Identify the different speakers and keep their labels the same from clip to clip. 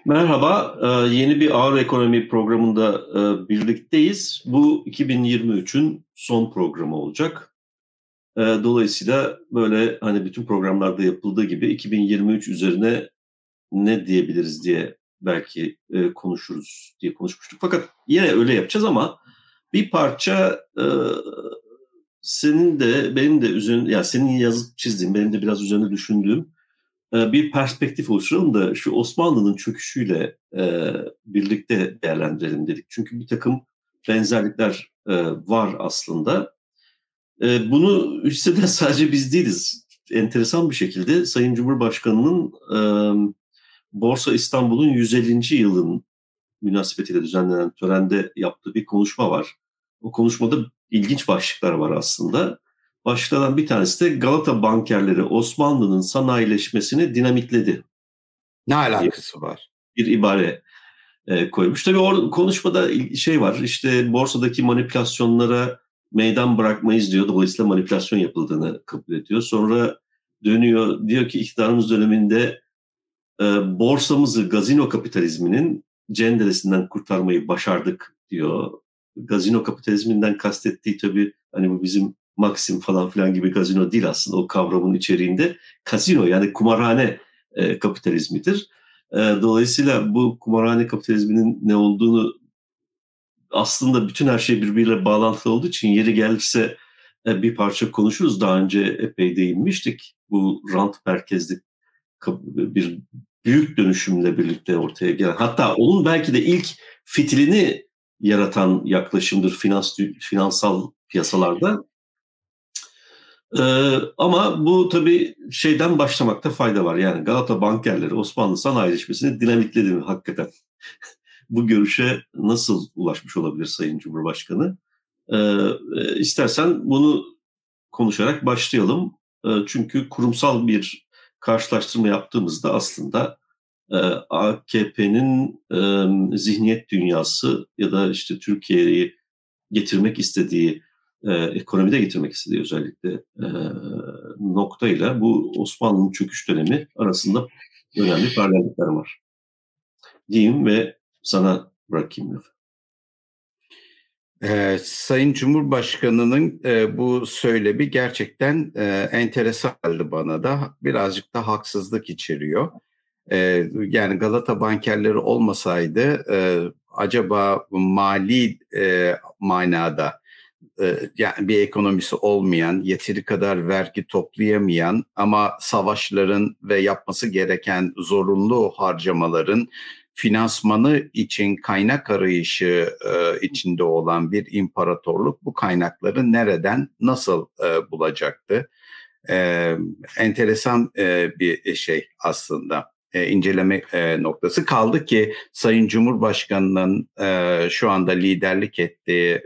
Speaker 1: Merhaba, yeni bir Ağır Ekonomi programında birlikteyiz. Bu 2023'ün son programı olacak. Dolayısıyla böyle hani bütün programlarda yapıldığı gibi 2023 üzerine ne diyebiliriz diye belki konuşuruz diye konuşmuştuk. Fakat yine öyle yapacağız ama bir parça senin de benim de üzerine, ya senin yazıp çizdiğin, benim de biraz üzerine düşündüğüm bir perspektif oluşturalım da şu Osmanlı'nın çöküşüyle birlikte değerlendirelim dedik. Çünkü bir takım benzerlikler var aslında. Bunu hisseden sadece biz değiliz. Enteresan bir şekilde Sayın Cumhurbaşkanı'nın Borsa İstanbul'un 150. yılın münasebetiyle düzenlenen törende yaptığı bir konuşma var. O konuşmada ilginç başlıklar var aslında. Başlıklardan bir tanesi de Galata bankerleri Osmanlı'nın sanayileşmesini dinamitledi
Speaker 2: Ne
Speaker 1: diye
Speaker 2: alakası var?
Speaker 1: bir ibare koymuş. Tabii orada konuşmada şey var, işte borsadaki manipülasyonlara meydan bırakmayız diyor. Dolayısıyla manipülasyon yapıldığını kabul ediyor. Sonra dönüyor, diyor ki iktidarımız döneminde borsamızı gazino kapitalizminin cenderesinden kurtarmayı başardık diyor. Gazino kapitalizminden kastettiği tabii hani bu bizim Maxim falan filan gibi gazino değil aslında, o kavramın içeriğinde kasino yani kumarhane kapitalizmidir. Dolayısıyla bu kumarhane kapitalizminin ne olduğunu, aslında bütün her şey birbiriyle bağlantılı olduğu için yeri gelirse bir parça konuşuruz. Daha önce epey değinmiştik. Bu rant merkezli bir büyük dönüşümle birlikte ortaya gelen, hatta onun belki de ilk fitilini yaratan yaklaşımdır finansal piyasalarda. Ama bu tabii şeyden başlamakta fayda var. Yani Galata bankerleri Osmanlı sanayileşmesini dinamitledi mi hakikaten? Bu görüşe nasıl ulaşmış olabilir Sayın Cumhurbaşkanı? İstersen bunu konuşarak başlayalım. Çünkü kurumsal bir karşılaştırma yaptığımızda aslında AKP'nin zihniyet dünyası ya da işte Türkiye'yi getirmek istediği, ekonomide getirmek istediği özellikle noktayla bu Osmanlı'nın çöküş dönemi arasında önemli paralellikler var diyeyim ve sana bırakayım lafı.
Speaker 2: Sayın Cumhurbaşkanı'nın bu söylemi gerçekten enteresan geldi bana da. Birazcık da haksızlık içeriyor. Yani Galata bankerleri olmasaydı acaba mali manada yani bir ekonomisi olmayan, yeteri kadar vergi toplayamayan ama savaşların ve yapması gereken zorunlu harcamaların finansmanı için kaynak arayışı içinde olan bir imparatorluk bu kaynakları nereden, nasıl bulacaktı? Enteresan bir şey aslında. İnceleme noktası kaldı ki Sayın Cumhurbaşkanı'nın şu anda liderlik ettiği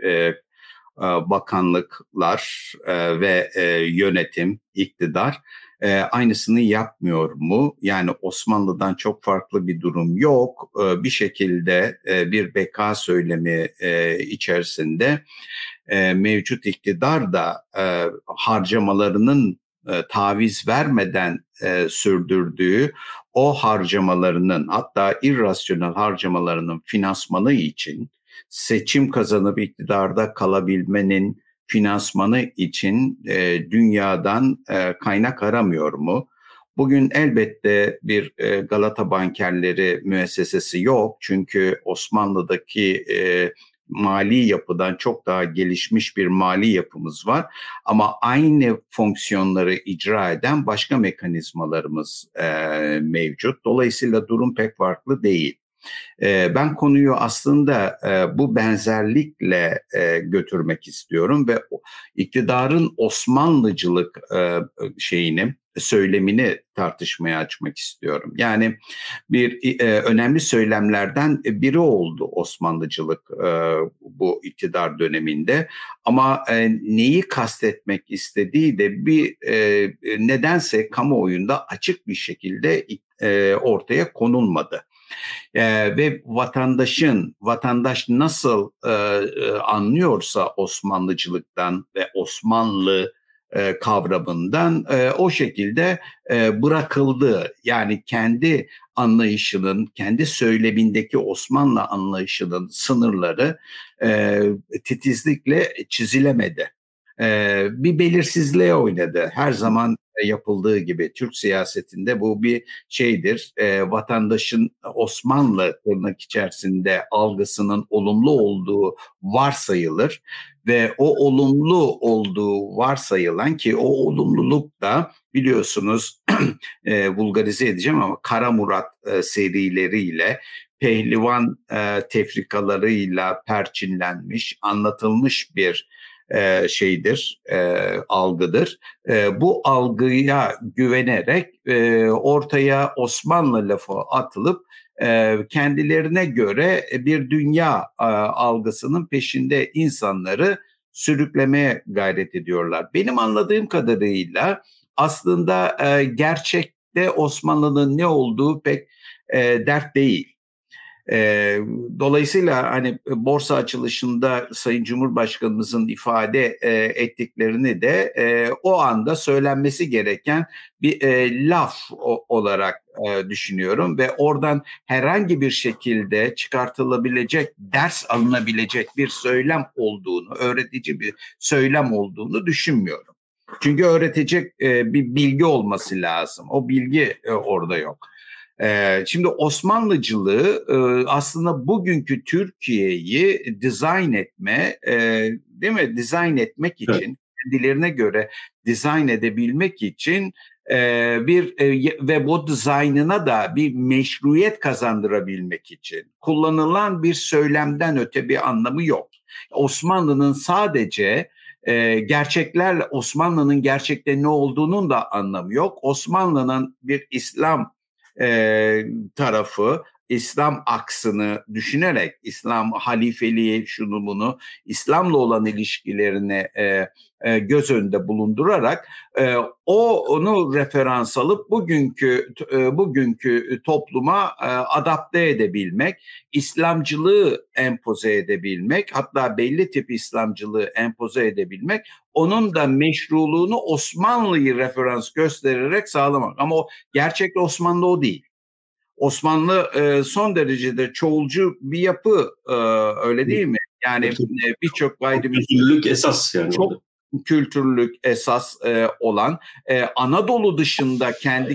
Speaker 2: bakanlıklar ve yönetim, iktidar aynısını yapmıyor mu? Yani Osmanlı'dan çok farklı bir durum yok. Bir şekilde bir beka söylemi içerisinde mevcut iktidar da harcamalarının taviz vermeden sürdürdüğü o harcamalarının, hatta irrasyonel harcamalarının finansmanı için, seçim kazanıp iktidarda kalabilmenin finansmanı için dünyadan kaynak aramıyor mu? Bugün elbette bir Galata bankerleri müessesesi yok. Çünkü Osmanlı'daki mali yapıdan çok daha gelişmiş bir mali yapımız var. Ama aynı fonksiyonları icra eden başka mekanizmalarımız mevcut. Dolayısıyla durum pek farklı değil. Ben konuyu aslında bu benzerlikle götürmek istiyorum ve iktidarın Osmanlıcılık söylemini tartışmaya açmak istiyorum. Yani bir önemli söylemlerden biri oldu Osmanlıcılık bu iktidar döneminde. Ama neyi kastetmek istediği de bir nedense kamuoyunda açık bir şekilde ortaya konulmadı. Ve vatandaş nasıl anlıyorsa Osmanlıcılıktan ve Osmanlı kavramından o şekilde bırakıldı. Yani kendi anlayışının, kendi söylemindeki Osmanlı anlayışının sınırları titizlikle çizilemedi. Bir belirsizliğe oynadı. Her zaman yapıldığı gibi Türk siyasetinde bu bir şeydir. Vatandaşın Osmanlı tırnak içerisinde algısının olumlu olduğu varsayılır ve o olumlu olduğu varsayılan, ki o olumluluk da biliyorsunuz vulgarize edeceğim ama Kara Murat serileriyle, pehlivan tefrikalarıyla perçinlenmiş, anlatılmış bir şeydir, algıdır. Bu algıya güvenerek ortaya Osmanlı lafı atılıp kendilerine göre bir dünya algısının peşinde insanları sürüklemeye gayret ediyorlar. Benim anladığım kadarıyla aslında gerçekte Osmanlı'nın ne olduğu pek dert değil. Dolayısıyla hani borsa açılışında Sayın Cumhurbaşkanımızın ifade ettiklerini de o anda söylenmesi gereken bir laf olarak düşünüyorum ve oradan herhangi bir şekilde çıkartılabilecek, ders alınabilecek bir söylem olduğunu, öğretici bir söylem olduğunu düşünmüyorum. Çünkü öğretecek bir bilgi olması lazım. O bilgi orada yok. Şimdi Osmanlıcılığı aslında bugünkü Türkiye'yi dizayn etme, değil mi? Dizayn etmek için, evet, kendilerine göre dizayn edebilmek için ve bu dizaynına da bir meşruiyet kazandırabilmek için kullanılan bir söylemden öte bir anlamı yok. Osmanlı'nın sadece gerçeklerle, Osmanlı'nın gerçekte ne olduğunun da anlamı yok. Osmanlı'nın bir İslam tarafı, İslam aksını düşünerek, İslam halifeliği, şunu bunu, İslam'la olan ilişkilerini göz önünde bulundurarak onu referans alıp bugünkü topluma adapte edebilmek, İslamcılığı empoze edebilmek, hatta belli tip İslamcılığı empoze edebilmek, onun da meşruluğunu Osmanlı'yı referans göstererek sağlamak. Ama o gerçekte Osmanlı o değil. Osmanlı son derecede çoğulcu bir yapı, öyle değil mi? Yani birçok gayrimüslim
Speaker 1: kültürlülük esas, yani
Speaker 2: çok kültürlülük esas olan, Anadolu dışında kendi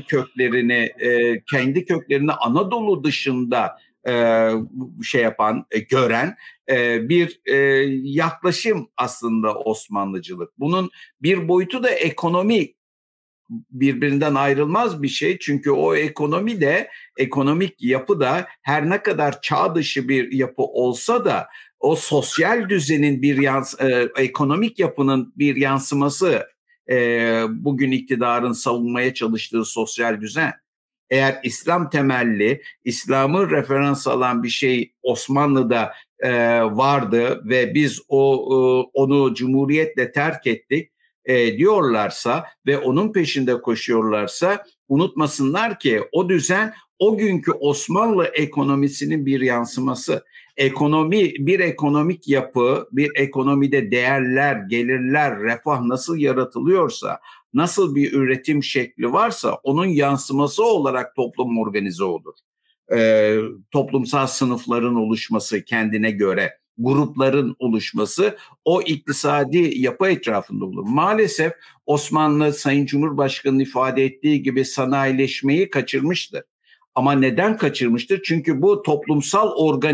Speaker 2: köklerini Anadolu dışında şey yapan, gören bir yaklaşım aslında Osmanlıcılık. Bunun bir boyutu da ekonomi, birbirinden ayrılmaz bir şey. Çünkü o ekonomi de, ekonomik yapı da her ne kadar çağ dışı bir yapı olsa da o sosyal düzenin ekonomik yapının bir yansıması bugün iktidarın savunmaya çalıştığı sosyal düzen. Eğer İslam temelli, İslam'ı referans alan bir şey Osmanlı'da vardı ve biz onu cumhuriyetle terk ettik diyorlarsa ve onun peşinde koşuyorlarsa, unutmasınlar ki o düzen o günkü Osmanlı ekonomisinin bir yansıması. Bir ekonomik yapı, bir ekonomide değerler, gelirler, refah nasıl yaratılıyorsa, nasıl bir üretim şekli varsa onun yansıması olarak toplum organize olur. Toplumsal sınıfların oluşması kendine göre, grupların oluşması o iktisadi yapı etrafında olur. Maalesef Osmanlı, Sayın Cumhurbaşkanı'nın ifade ettiği gibi sanayileşmeyi kaçırmıştır. Ama neden kaçırmıştır? Çünkü bu toplumsal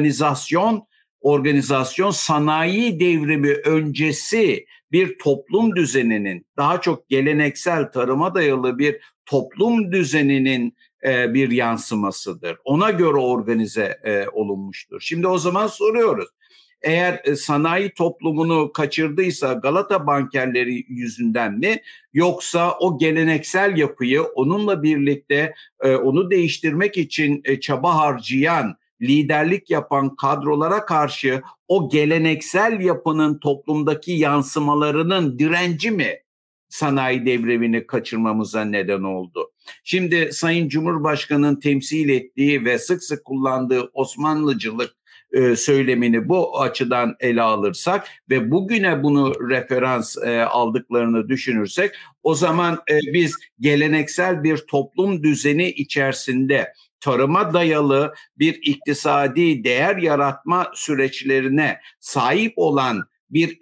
Speaker 2: organizasyon sanayi devrimi öncesi bir toplum düzeninin, daha çok geleneksel tarıma dayalı bir toplum düzeninin bir yansımasıdır. Ona göre organize olunmuştur. Şimdi o zaman soruyoruz. Eğer sanayi toplumunu kaçırdıysa Galata bankerleri yüzünden mi, yoksa o geleneksel yapıyı onunla birlikte onu değiştirmek için çaba harcayan, liderlik yapan kadrolara karşı o geleneksel yapının toplumdaki yansımalarının direnci mi sanayi devrimini kaçırmamıza neden oldu? Şimdi Sayın Cumhurbaşkanı'nın temsil ettiği ve sık sık kullandığı Osmanlıcılık söylemini bu açıdan ele alırsak ve bugüne bunu referans aldıklarını düşünürsek, o zaman biz geleneksel bir toplum düzeni içerisinde tarıma dayalı bir iktisadi değer yaratma süreçlerine sahip olan bir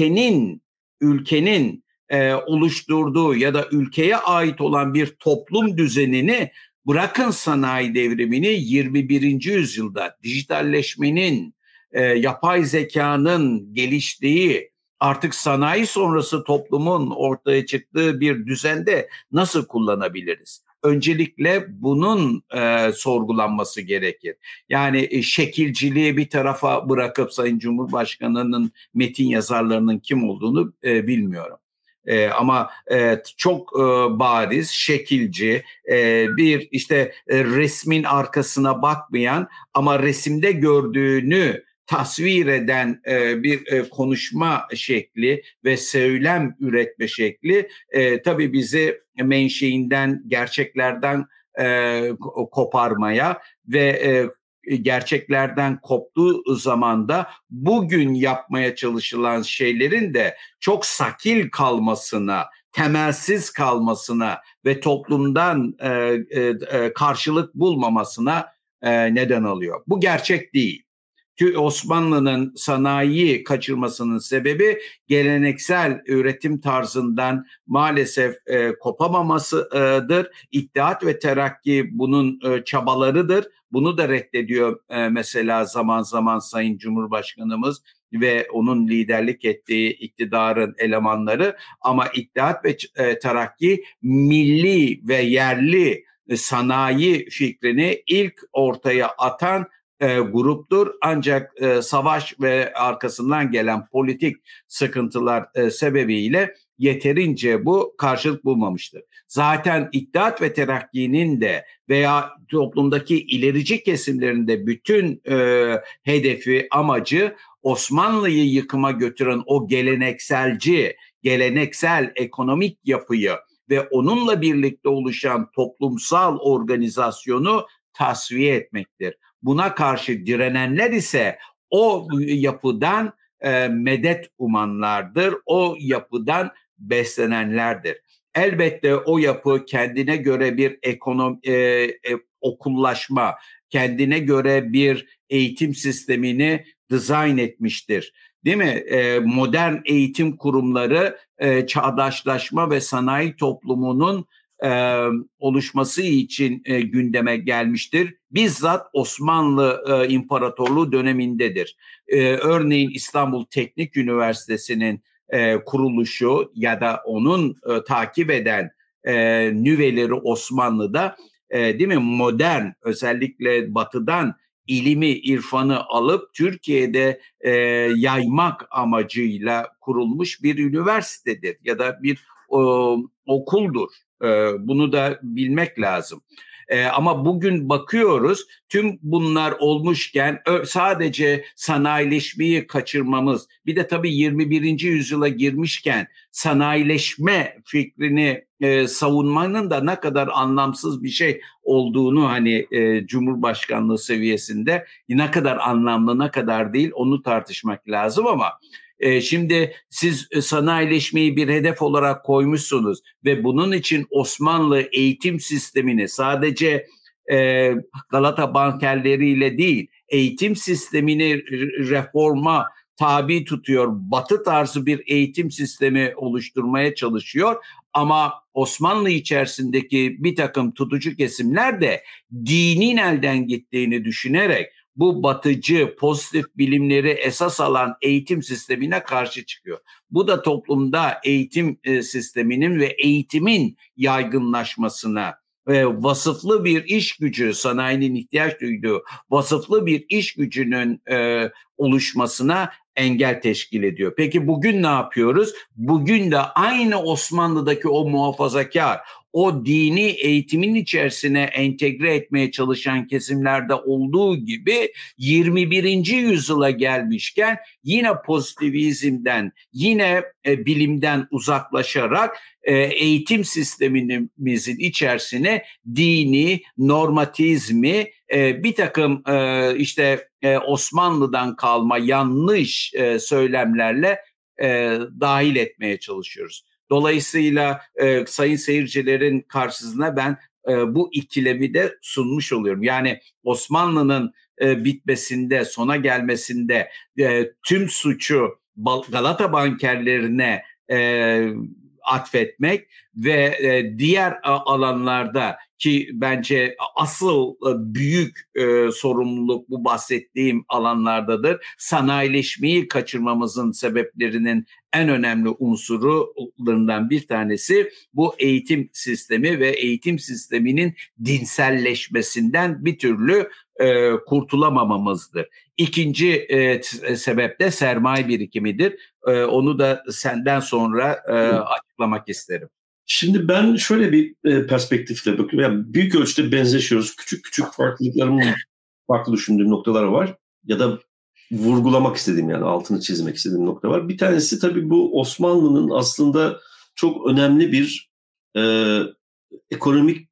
Speaker 2: ülkenin oluşturduğu ya da ülkeye ait olan bir toplum düzenini, bırakın sanayi devrimini, 21. yüzyılda dijitalleşmenin, yapay zekanın geliştiği, artık sanayi sonrası toplumun ortaya çıktığı bir düzende nasıl kullanabiliriz? Öncelikle bunun sorgulanması gerekir. Yani şekilciliği bir tarafa bırakıp, Sayın Cumhurbaşkanı'nın metin yazarlarının kim olduğunu bilmiyorum. Ama çok bariz, şekilci, bir işte resmin arkasına bakmayan ama resimde gördüğünü tasvir eden bir konuşma şekli ve söylem üretme şekli tabii bizi menşeinden, gerçeklerden koparmaya ve gerçeklerden koptuğu zaman da bugün yapmaya çalışılan şeylerin de çok sakil kalmasına, temelsiz kalmasına ve toplumdan karşılık bulmamasına neden oluyor. Bu gerçek değil. Osmanlı'nın sanayiyi kaçırmasının sebebi geleneksel üretim tarzından maalesef kopamamasıdır. İttihat ve Terakki bunun çabalarıdır. Bunu da reddediyor mesela zaman zaman Sayın Cumhurbaşkanımız ve onun liderlik ettiği iktidarın elemanları. Ama İttihat ve Terakki milli ve yerli sanayi fikrini ilk ortaya atan gruptur. Ancak savaş ve arkasından gelen politik sıkıntılar sebebiyle yeterince bu karşılık bulmamıştır. Zaten İttihat ve Terakki'nin de veya toplumdaki ilerici kesimlerinde bütün hedefi, amacı Osmanlı'yı yıkıma götüren o geleneksel ekonomik yapıyı ve onunla birlikte oluşan toplumsal organizasyonu tasfiye etmektir. Buna karşı direnenler ise o yapıdan medet umanlardır, o yapıdan beslenenlerdir. Elbette o yapı kendine göre bir okullaşma, kendine göre bir eğitim sistemini dizayn etmiştir. Değil mi? Modern eğitim kurumları çağdaşlaşma ve sanayi toplumunun oluşması için gündeme gelmiştir. Bizzat Osmanlı İmparatorluğu dönemindedir. Örneğin İstanbul Teknik Üniversitesi'nin kuruluşu ya da onun takip eden nüveleri Osmanlı'da değil mi, modern, özellikle batıdan ilimi, irfanı alıp Türkiye'de yaymak amacıyla kurulmuş bir üniversitedir ya da bir okuldur. Bunu da bilmek lazım. Ama bugün bakıyoruz, tüm bunlar olmuşken sadece sanayileşmeyi kaçırmamız, bir de tabii 21. yüzyıla girmişken sanayileşme fikrini savunmanın da ne kadar anlamsız bir şey olduğunu, hani Cumhurbaşkanlığı seviyesinde ne kadar anlamlı, ne kadar değil, onu tartışmak lazım. Ama şimdi siz sanayileşmeyi bir hedef olarak koymuşsunuz ve bunun için Osmanlı eğitim sistemini sadece Galata bankerleriyle değil, eğitim sistemini reforma tabi tutuyor. Batı tarzı bir eğitim sistemi oluşturmaya çalışıyor. Ama Osmanlı içerisindeki bir takım tutucu kesimler de dinin elden gittiğini düşünerek bu batıcı, pozitif bilimleri esas alan eğitim sistemine karşı çıkıyor. Bu da toplumda eğitim sisteminin ve eğitimin yaygınlaşmasına, vasıflı bir iş gücü, sanayinin ihtiyaç duyduğu vasıflı bir iş gücünün oluşmasına engel teşkil ediyor. Peki bugün ne yapıyoruz? Bugün de aynı Osmanlı'daki o muhafazakar, o dini eğitimin içerisine entegre etmeye çalışan kesimlerde olduğu gibi 21. yüzyıla gelmişken yine pozitivizmden, yine bilimden uzaklaşarak eğitim sistemimizin içerisine dini, normatizmi, bir takım Osmanlı'dan kalma yanlış söylemlerle dahil etmeye çalışıyoruz. Dolayısıyla sayın seyircilerin karşısına ben bu ikilemi de sunmuş oluyorum. Yani Osmanlı'nın bitmesinde, sona gelmesinde tüm suçu Galata bankerlerine atfetmek ve diğer alanlarda ki bence asıl büyük sorumluluk bu bahsettiğim alanlardadır. Sanayileşmeyi kaçırmamızın sebeplerinin en önemli unsurlarından bir tanesi bu eğitim sistemi ve eğitim sisteminin dinselleşmesinden bir türlü kurtulamamamızdır. İkinci sebep de sermaye birikimidir. Onu da senden sonra açıklamak isterim.
Speaker 1: Şimdi ben şöyle bir perspektifle bakıyorum. Yani büyük ölçüde benzeşiyoruz. Küçük küçük farklılıklarımın farklı düşündüğüm noktalar var. Ya da vurgulamak istediğim, yani altını çizmek istediğim nokta var. Bir tanesi tabii bu Osmanlı'nın aslında çok önemli bir ekonomik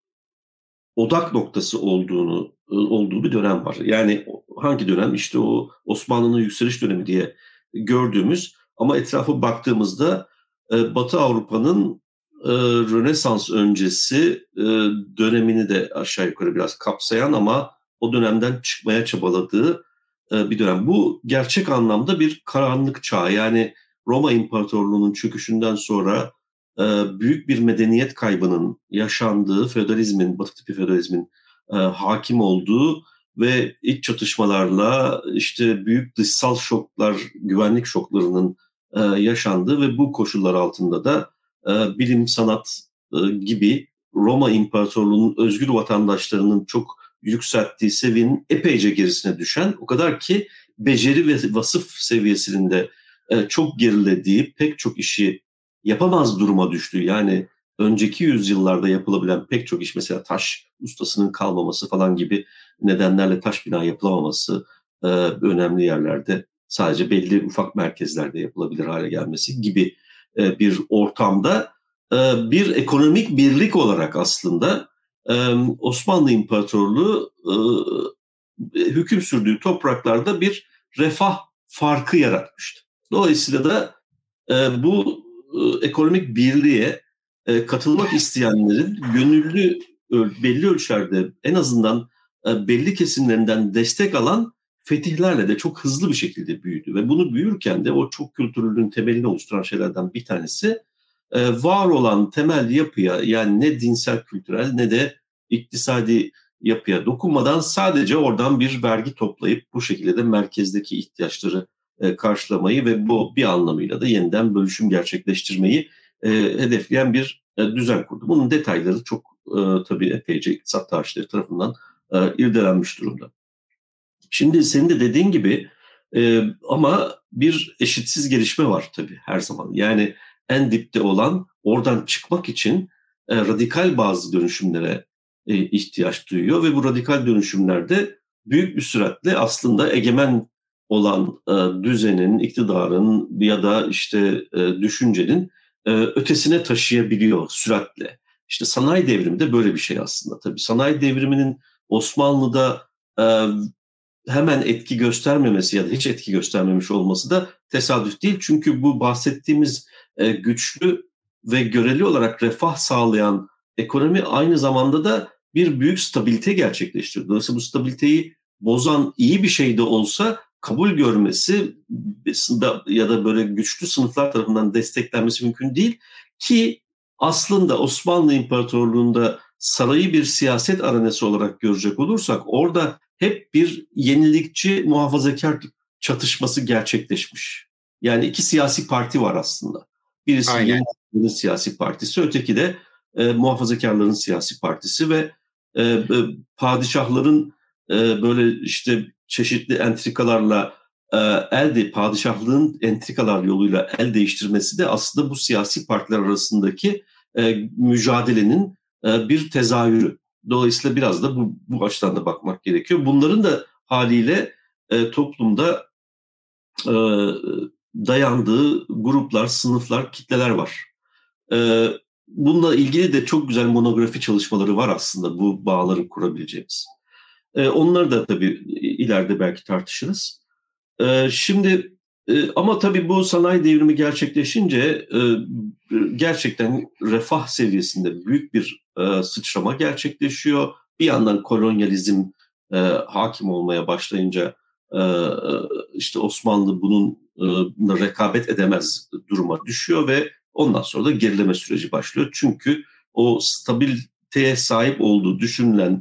Speaker 1: odak noktası olduğu bir dönem var. Yani hangi dönem? İşte o Osmanlı'nın yükseliş dönemi diye gördüğümüz, ama etrafa baktığımızda Batı Avrupa'nın Rönesans öncesi dönemini de aşağı yukarı biraz kapsayan ama o dönemden çıkmaya çabaladığı bir dönem. Bu gerçek anlamda bir karanlık çağ. Yani Roma İmparatorluğu'nun çöküşünden sonra büyük bir medeniyet kaybının yaşandığı, feodalizmin, Batı tipi feodalizmin hakim olduğu ve iç çatışmalarla işte büyük dışsal şoklar, güvenlik şoklarının yaşandığı ve bu koşullar altında da bilim, sanat gibi Roma İmparatorluğu'nun özgür vatandaşlarının çok yükselttiği seviyenin epeyce gerisine düşen, o kadar ki beceri ve vasıf seviyesinin de çok gerilediği, pek çok işi yapamaz duruma düştüğü, yani önceki yüzyıllarda yapılabilen pek çok iş, mesela taş ustasının kalmaması falan gibi nedenlerle taş bina yapılamaması, önemli yerlerde sadece belli ufak merkezlerde yapılabilir hale gelmesi gibi bir ortamda bir ekonomik birlik olarak aslında Osmanlı İmparatorluğu hüküm sürdüğü topraklarda bir refah farkı yaratmıştı. Dolayısıyla da bu ekonomik birliğe katılmak isteyenlerin gönüllü belli ölçülerde, en azından belli kesimlerinden destek alan fetihlerle de çok hızlı bir şekilde büyüdü. Ve bunu büyürken de o çok kültürlülüğün temelini oluşturan şeylerden bir tanesi var olan temel yapıya, yani ne dinsel kültürel ne de iktisadi yapıya dokunmadan sadece oradan bir vergi toplayıp bu şekilde de merkezdeki ihtiyaçları karşılamayı ve bu bir anlamıyla da yeniden bölüşüm gerçekleştirmeyi hedefleyen bir düzen kurdu. Bunun detayları çok tabii epeyce iktisat tarihçileri tarafından irdelenmiş durumda. Şimdi senin de dediğin gibi ama bir eşitsiz gelişme var tabii her zaman. Yani en dipte olan oradan çıkmak için radikal bazı dönüşümlere ihtiyaç duyuyor ve bu radikal dönüşümlerde büyük bir süratle aslında egemen olan düzenin, iktidarın ya da işte düşüncenin ötesine taşıyabiliyor süratle. İşte sanayi devrimi de böyle bir şey aslında. Tabii sanayi devriminin Osmanlı'da hemen etki göstermemesi ya da hiç etki göstermemiş olması da tesadüf değil. Çünkü bu bahsettiğimiz güçlü ve göreli olarak refah sağlayan ekonomi aynı zamanda da bir büyük stabilite gerçekleştiriyor. Dolayısıyla bu stabiliteyi bozan iyi bir şey de olsa kabul görmesi ya da böyle güçlü sınıflar tarafından desteklenmesi mümkün değil. Ki aslında Osmanlı İmparatorluğu'nda sarayı bir siyaset arenası olarak görecek olursak orada hep bir yenilikçi muhafazakar çatışması gerçekleşmiş. Yani iki siyasi parti var aslında. Birisi yenilikçilerin siyasi partisi, öteki de muhafazakarların siyasi partisi ve padişahların böyle işte çeşitli entrikalarla padişahlığın entrikalar yoluyla el değiştirmesi de aslında bu siyasi partiler arasındaki mücadelenin bir tezahürü. Dolayısıyla biraz da bu açıdan da bakmak gerekiyor. Bunların da haliyle toplumda dayandığı gruplar, sınıflar, kitleler var. Bununla ilgili de çok güzel monografi çalışmaları var aslında, bu bağları kurabileceğimiz. Onları da tabii ileride belki tartışırız. Şimdi ama tabii bu sanayi devrimi gerçekleşince gerçekten refah seviyesinde büyük bir sıçrama gerçekleşiyor. Bir yandan kolonyalizm hakim olmaya başlayınca işte Osmanlı bununla rekabet edemez duruma düşüyor ve ondan sonra da gerileme süreci başlıyor. Çünkü o stabiliteye sahip olduğu düşünülen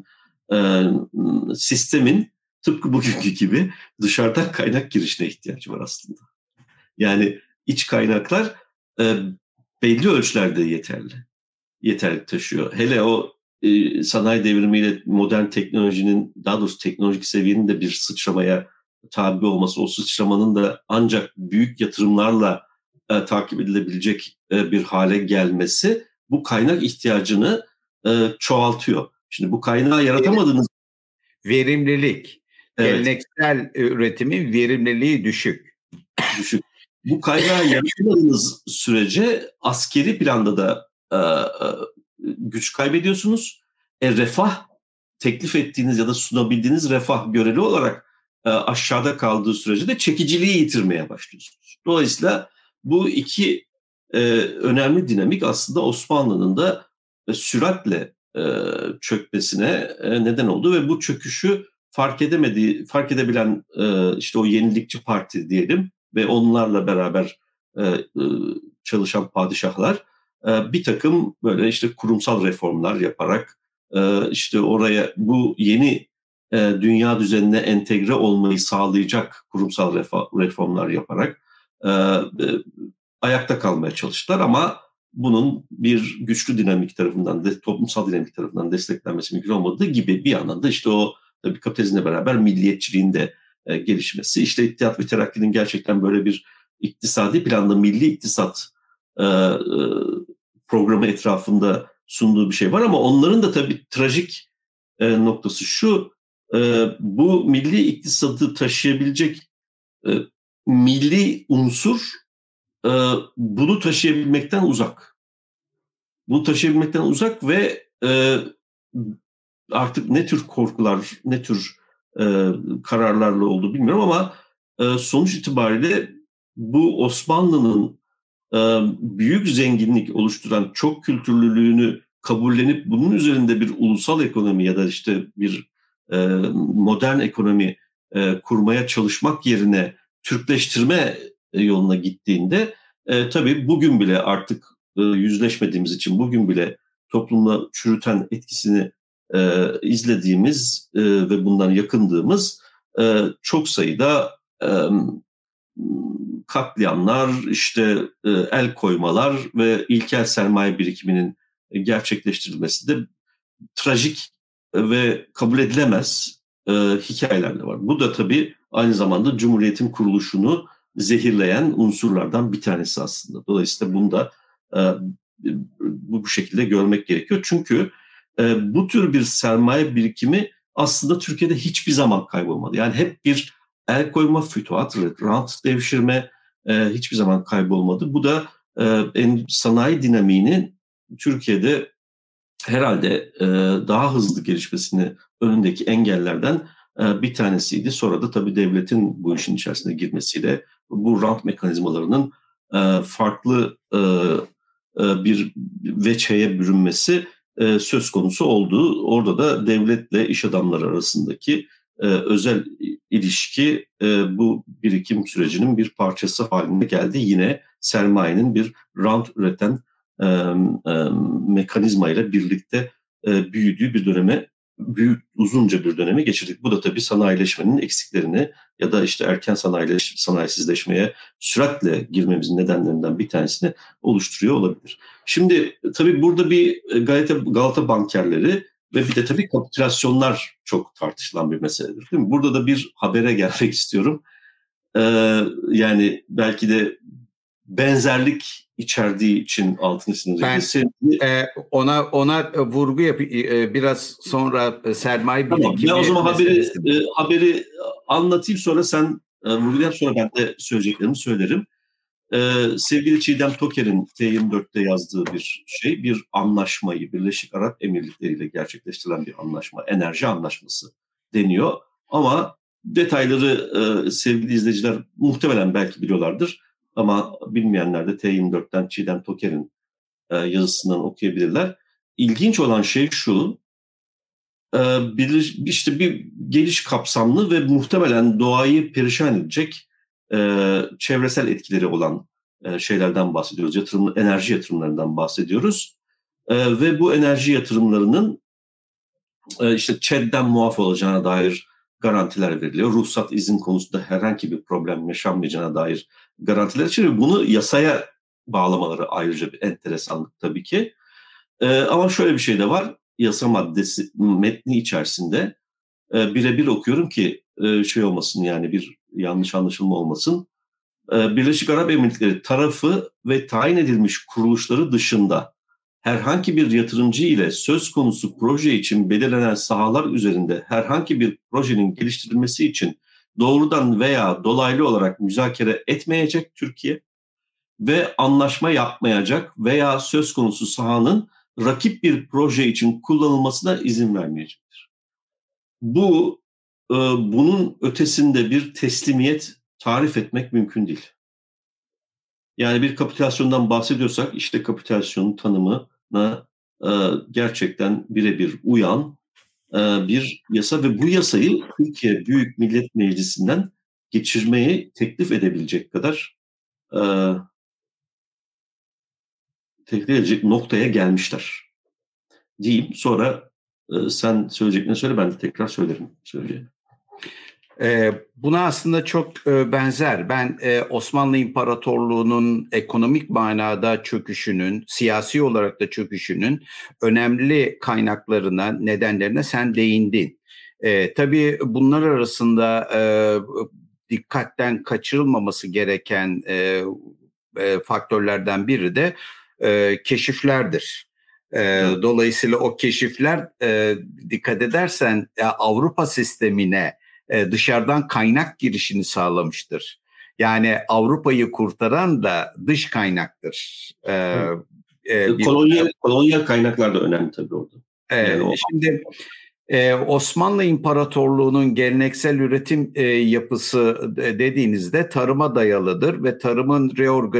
Speaker 1: sistemin tıpkı bugünkü gibi dışarıdan kaynak girişine ihtiyacı var aslında. Yani iç kaynaklar belli ölçülerde yeterli taşıyor. Hele o sanayi devrimiyle modern teknolojinin, daha doğrusu teknolojik seviyenin de bir sıçramaya tabi olması, o sıçramanın da ancak büyük yatırımlarla takip edilebilecek bir hale gelmesi bu kaynak ihtiyacını çoğaltıyor. Şimdi bu kaynağı yaratamadığınız
Speaker 2: verimlilik,
Speaker 1: evet,
Speaker 2: geleneksel üretimin verimliliği düşük.
Speaker 1: Bu kaynağı yaratamadığınız sürece askeri planda da güç kaybediyorsunuz. Refah teklif ettiğiniz ya da sunabildiğiniz refah göreli olarak aşağıda kaldığı sürece de çekiciliği yitirmeye başlıyorsunuz. Dolayısıyla bu iki önemli dinamik aslında Osmanlı'nın da süratle çökmesine neden oldu ve bu çöküşü fark edebilen işte o yenilikçi parti diyelim ve onlarla beraber çalışan padişahlar bir takım böyle işte kurumsal reformlar yaparak işte oraya bu yeni dünya düzenine entegre olmayı sağlayacak kurumsal reformlar yaparak ayakta kalmaya çalıştılar ama bunun bir güçlü dinamik tarafından, toplumsal dinamik tarafından desteklenmesi mümkün olmadığı gibi bir yandan da işte o tabii kapitalizmle beraber milliyetçiliğin de gelişmesi. İşte İttihat ve Terakki'nin gerçekten böyle bir iktisadi planda milli iktisat programı etrafında sunduğu bir şey var ama onların da tabii trajik noktası şu, bu milli iktisadı taşıyabilecek milli unsur bunu taşıyabilmekten uzak. Bunu taşıyabilmekten uzak ve artık ne tür korkular, ne tür kararlarla oldu bilmiyorum ama sonuç itibariyle bu Osmanlı'nın büyük zenginlik oluşturan çok kültürlülüğünü kabullenip bunun üzerinde bir ulusal ekonomi ya da işte bir modern ekonomi kurmaya çalışmak yerine Türkleştirme yoluna gittiğinde tabii bugün bile artık yüzleşmediğimiz için bugün bile toplumla çürüten etkisini izlediğimiz ve bundan yakındığımız çok sayıda katliamlar, işte el koymalar ve ilkel sermaye birikiminin gerçekleştirilmesi de trajik ve kabul edilemez hikayeler de var. Bu da tabii aynı zamanda Cumhuriyet'in kuruluşunu zehirleyen unsurlardan bir tanesi aslında. Dolayısıyla bunu da bu şekilde görmek gerekiyor. Çünkü bu tür bir sermaye birikimi aslında Türkiye'de hiçbir zaman kaybolmadı. Yani hep bir el koyma, fütuhat, rant devşirme hiçbir zaman kaybolmadı. Bu da sanayi dinamiğinin Türkiye'de herhalde daha hızlı gelişmesini önündeki engellerden bir tanesiydi. Sonra da tabii devletin bu işin içerisine girmesiyle bu rant mekanizmalarının farklı bir veçeye bürünmesi söz konusu oldu. Orada da devletle iş adamları arasındaki özel ilişki bu birikim sürecinin bir parçası haline geldi. Yine sermayenin bir rant üreten mekanizmayla birlikte büyüdüğü bir döneme, uzunca bir döneme geçirdik. Bu da tabii sanayileşmenin eksiklerini ya da işte erken sanayisizleşmeye süratle girmemizin nedenlerinden bir tanesini oluşturuyor olabilir. Şimdi tabii burada bir Galata bankerleri ve bir de tabii kapitülasyonlar çok tartışılan bir meseledir, değil mi? Burada da bir habere gelmek istiyorum. Yani belki de benzerlik içerdiği için altını çizdim.
Speaker 2: Ben ona vurgu biraz sonra sermaye
Speaker 1: tamam,
Speaker 2: birikimi
Speaker 1: ben o zaman haberi anlatayım, sonra sen vurgulayalım, sonra ben de söyleyeceklerimi söylerim. Sevgili Çiğdem Toker'in T24'te yazdığı bir anlaşmayı Birleşik Arap Emirlikleri ile gerçekleştirilen bir anlaşma, enerji anlaşması deniyor. Ama detayları sevgili izleyiciler muhtemelen belki biliyorlardır. Ama bilmeyenler de T24'ten Çiğdem Toker'in yazısından okuyabilirler. İlginç olan şey şu, bir geniş kapsamlı ve muhtemelen doğayı perişan edecek çevresel etkileri olan şeylerden bahsediyoruz. Enerji yatırımlarından bahsediyoruz. Ve bu enerji yatırımlarının ÇED'den muaf olacağına dair garantiler veriliyor. Ruhsat, izin konusunda herhangi bir problem yaşanmayacağına dair garantiler için bunu yasaya bağlamaları ayrıca bir enteresanlık tabii ki. Ama şöyle bir şey de var. Yasa maddesi metni içerisinde birebir okuyorum ki şey olmasın, yani bir yanlış anlaşılma olmasın. Birleşik Arap Emirlikleri tarafı ve tayin edilmiş kuruluşları dışında herhangi bir yatırımcı ile söz konusu proje için belirlenen sahalar üzerinde herhangi bir projenin geliştirilmesi için doğrudan veya dolaylı olarak müzakere etmeyecek Türkiye ve anlaşma yapmayacak veya söz konusu sahanın rakip bir proje için kullanılmasına izin vermeyecektir. Bunun ötesinde bir teslimiyet tarif etmek mümkün değil. Yani bir kapitülasyondan bahsediyorsak işte kapitülasyonun tanımına gerçekten birebir uyan bir yasa ve bu yasayı Türkiye Büyük Millet Meclisi'nden geçirmeyi teklif edebilecek kadar teklif edecek noktaya gelmişler diyeyim. Sonra sen söyleyeceklerini söyle, ben de tekrar söyleyeyim.
Speaker 2: Buna aslında çok benzer. Ben Osmanlı İmparatorluğu'nun ekonomik manada çöküşünün, siyasi olarak da çöküşünün önemli kaynaklarına, nedenlerine sen değindin. Tabii bunlar arasında dikkatten kaçırılmaması gereken faktörlerden biri de keşiflerdir. Dolayısıyla o keşifler dikkat edersen Avrupa sistemine dışarıdan kaynak girişini sağlamıştır. Yani Avrupa'yı kurtaran da dış kaynaktır.
Speaker 1: Kolonyal kaynaklar da önemli tabii orada.
Speaker 2: Şimdi Osmanlı İmparatorluğu'nun geleneksel üretim yapısı dediğinizde tarıma dayalıdır ve tarımın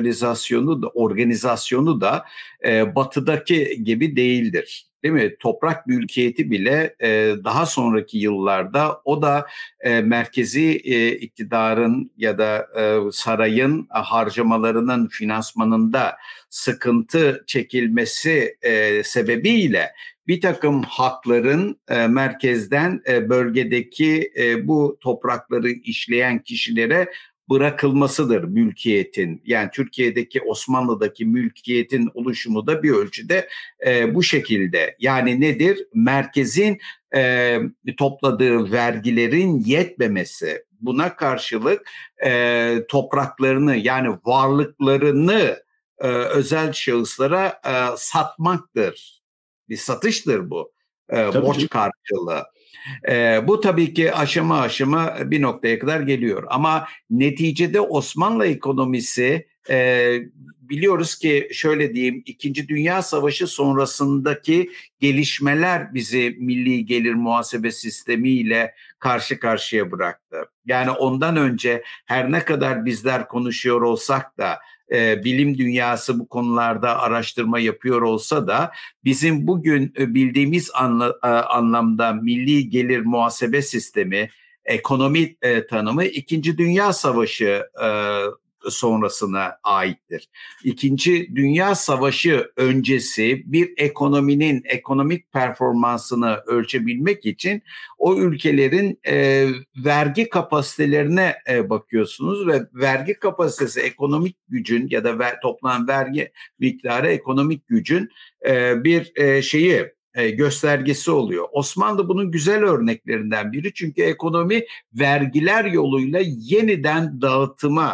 Speaker 2: organizasyonu da batıdaki gibi değildir. Değil mi? Toprak mülkiyeti bile daha sonraki yıllarda o da merkezi iktidarın ya da sarayın harcamalarının finansmanında sıkıntı çekilmesi sebebiyle bir takım hakların merkezden bölgedeki bu toprakları işleyen kişilere bırakılmasıdır mülkiyetin. Yani Türkiye'deki Osmanlı'daki mülkiyetin oluşumu da bir ölçüde bu şekilde. Yani nedir? Merkezin topladığı vergilerin yetmemesi, buna karşılık topraklarını yani varlıklarını özel şahıslara satmaktır. Bir satıştır bu. Borç karşılığı. Bu tabii ki aşama aşama bir noktaya kadar geliyor. Ama neticede Osmanlı ekonomisi biliyoruz ki şöyle diyeyim, İkinci Dünya Savaşı sonrasındaki gelişmeler bizi milli gelir muhasebe sistemiyle karşı karşıya bıraktı. Yani ondan önce her ne kadar bizler konuşuyor olsak da bilim dünyası bu konularda araştırma yapıyor olsa da bizim bugün bildiğimiz anlamda milli gelir muhasebe sistemi, ekonomi tanımı İkinci Dünya Savaşı sonrasına aittir. İkinci Dünya Savaşı öncesi bir ekonominin ekonomik performansını ölçebilmek için o ülkelerin vergi kapasitelerine bakıyorsunuz ve vergi kapasitesi ekonomik gücün ya da toplanan vergi miktarı ekonomik gücün bir göstergesi oluyor. Osmanlı bunun güzel örneklerinden biri çünkü ekonomi vergiler yoluyla yeniden dağıtıma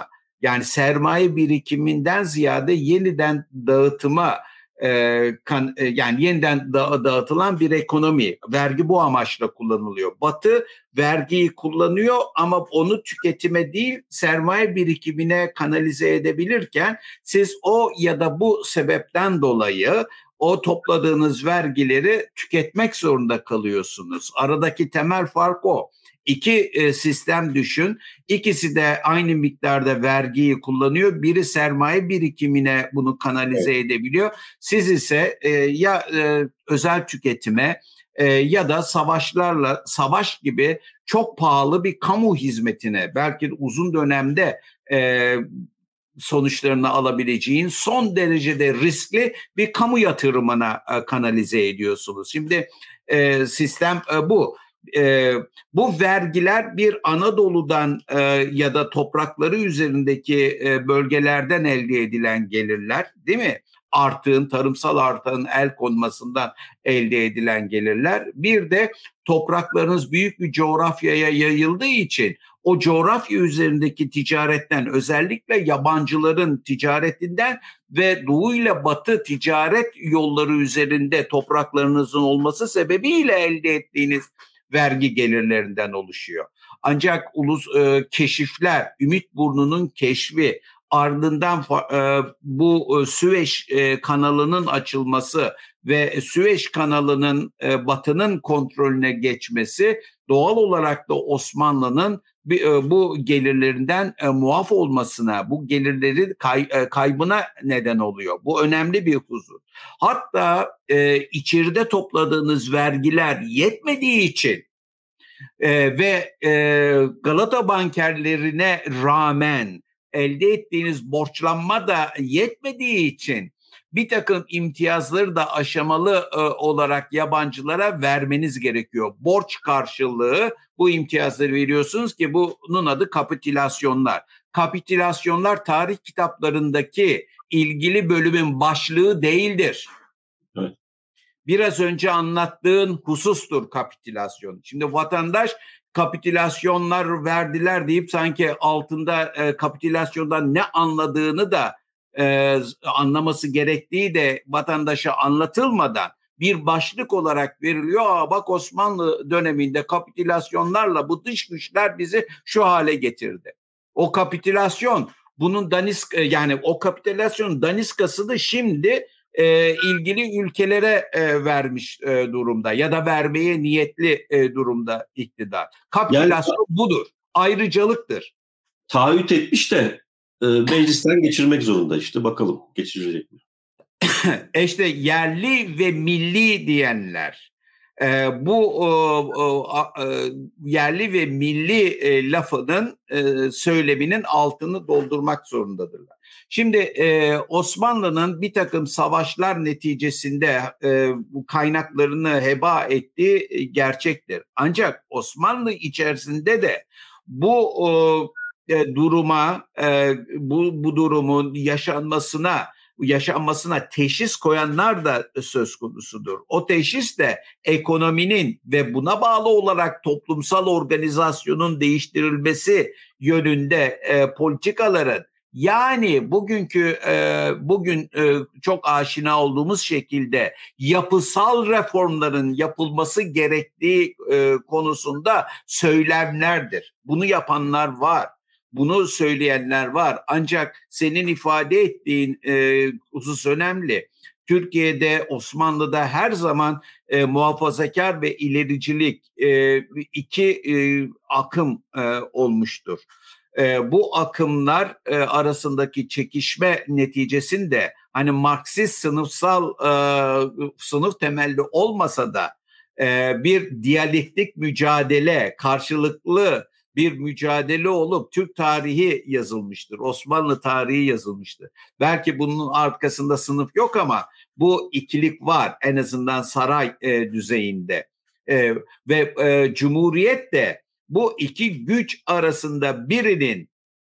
Speaker 2: Yani sermaye birikiminden ziyade yeniden dağıtıma yani yeniden dağıtılan bir ekonomi. Vergi bu amaçla kullanılıyor. Batı vergiyi kullanıyor ama onu tüketime değil sermaye birikimine kanalize edebilirken siz o ya da bu sebepten dolayı o topladığınız vergileri tüketmek zorunda kalıyorsunuz. Aradaki temel fark o. İki sistem düşün. İkisi de aynı miktarda vergiyi kullanıyor. Biri sermaye birikimine bunu kanalize edebiliyor. Siz ise ya özel tüketime ya da savaş gibi çok pahalı bir kamu hizmetine, belki uzun dönemde sonuçlarını alabileceğin son derecede riskli bir kamu yatırımına kanalize ediyorsunuz. Şimdi sistem bu. Bu vergiler bir Anadolu'dan ya da toprakları üzerindeki bölgelerden elde edilen gelirler, değil mi? Tarımsal artığın el konmasından elde edilen gelirler. Bir de topraklarınız büyük bir coğrafyaya yayıldığı için o coğrafya üzerindeki ticaretten, özellikle yabancıların ticaretinden ve Doğu ile Batı ticaret yolları üzerinde topraklarınızın olması sebebiyle elde ettiğiniz vergi gelirlerinden oluşuyor. Ancak keşifler, Ümitburnu'nun keşfi, ardından bu Süveyş kanalının açılması ve Süveyş kanalının Batı'nın kontrolüne geçmesi doğal olarak da Osmanlı'nın bu gelirlerinden muaf olmasına, bu gelirlerin kaybına neden oluyor. Bu önemli bir husus. Hatta içeride topladığınız vergiler yetmediği için ve Galata bankerlerine rağmen elde ettiğiniz borçlanma da yetmediği için bir takım imtiyazları da aşamalı olarak yabancılara vermeniz gerekiyor. Borç karşılığı bu imtiyazları veriyorsunuz ki bunun adı kapitülasyonlar. Kapitülasyonlar tarih kitaplarındaki ilgili bölümün başlığı değildir.
Speaker 1: Evet.
Speaker 2: Biraz önce anlattığın husustur kapitülasyon. Şimdi vatandaş kapitülasyonlar verdiler deyip sanki altında kapitülasyondan ne anladığını da anlaması gerektiği de vatandaşa anlatılmadan bir başlık olarak veriliyor. Bak Osmanlı döneminde kapitülasyonlarla bu dış güçler bizi şu hale getirdi. O kapitülasyon bunun yani o kapitülasyon daniskası da şimdi ilgili ülkelere vermiş durumda ya da vermeye niyetli durumda iktidar. Kapitülasyon yani, budur. Ayrıcalıktır.
Speaker 1: Taahhüt etmiş de meclisten geçirmek zorunda işte. Bakalım geçirecek mi?
Speaker 2: İşte yerli ve milli diyenler bu yerli ve milli lafının söyleminin altını doldurmak zorundadırlar. Şimdi Osmanlı'nın bir takım savaşlar neticesinde bu kaynaklarını heba ettiği gerçektir. Ancak Osmanlı içerisinde de bu duruma, bu durumun yaşanmasına teşhis koyanlar da söz konusudur. O teşhis de ekonominin ve buna bağlı olarak toplumsal organizasyonun değiştirilmesi yönünde politikaların, yani bugün çok aşina olduğumuz şekilde yapısal reformların yapılması gerektiği konusunda söylemlerdir. Bunu yapanlar var. Bunu söyleyenler var. Ancak senin ifade ettiğin husus önemli. Türkiye'de, Osmanlı'da her zaman muhafazakar ve ilericilik iki akım olmuştur. Bu akımlar arasındaki çekişme neticesinde hani Marksist sınıf temelli olmasa da bir diyalektik mücadele, karşılıklı bir mücadele olup Türk tarihi yazılmıştır. Osmanlı tarihi yazılmıştır. Belki bunun arkasında sınıf yok ama bu ikilik var en azından saray düzeyinde. Ve Cumhuriyet de bu iki güç arasında birinin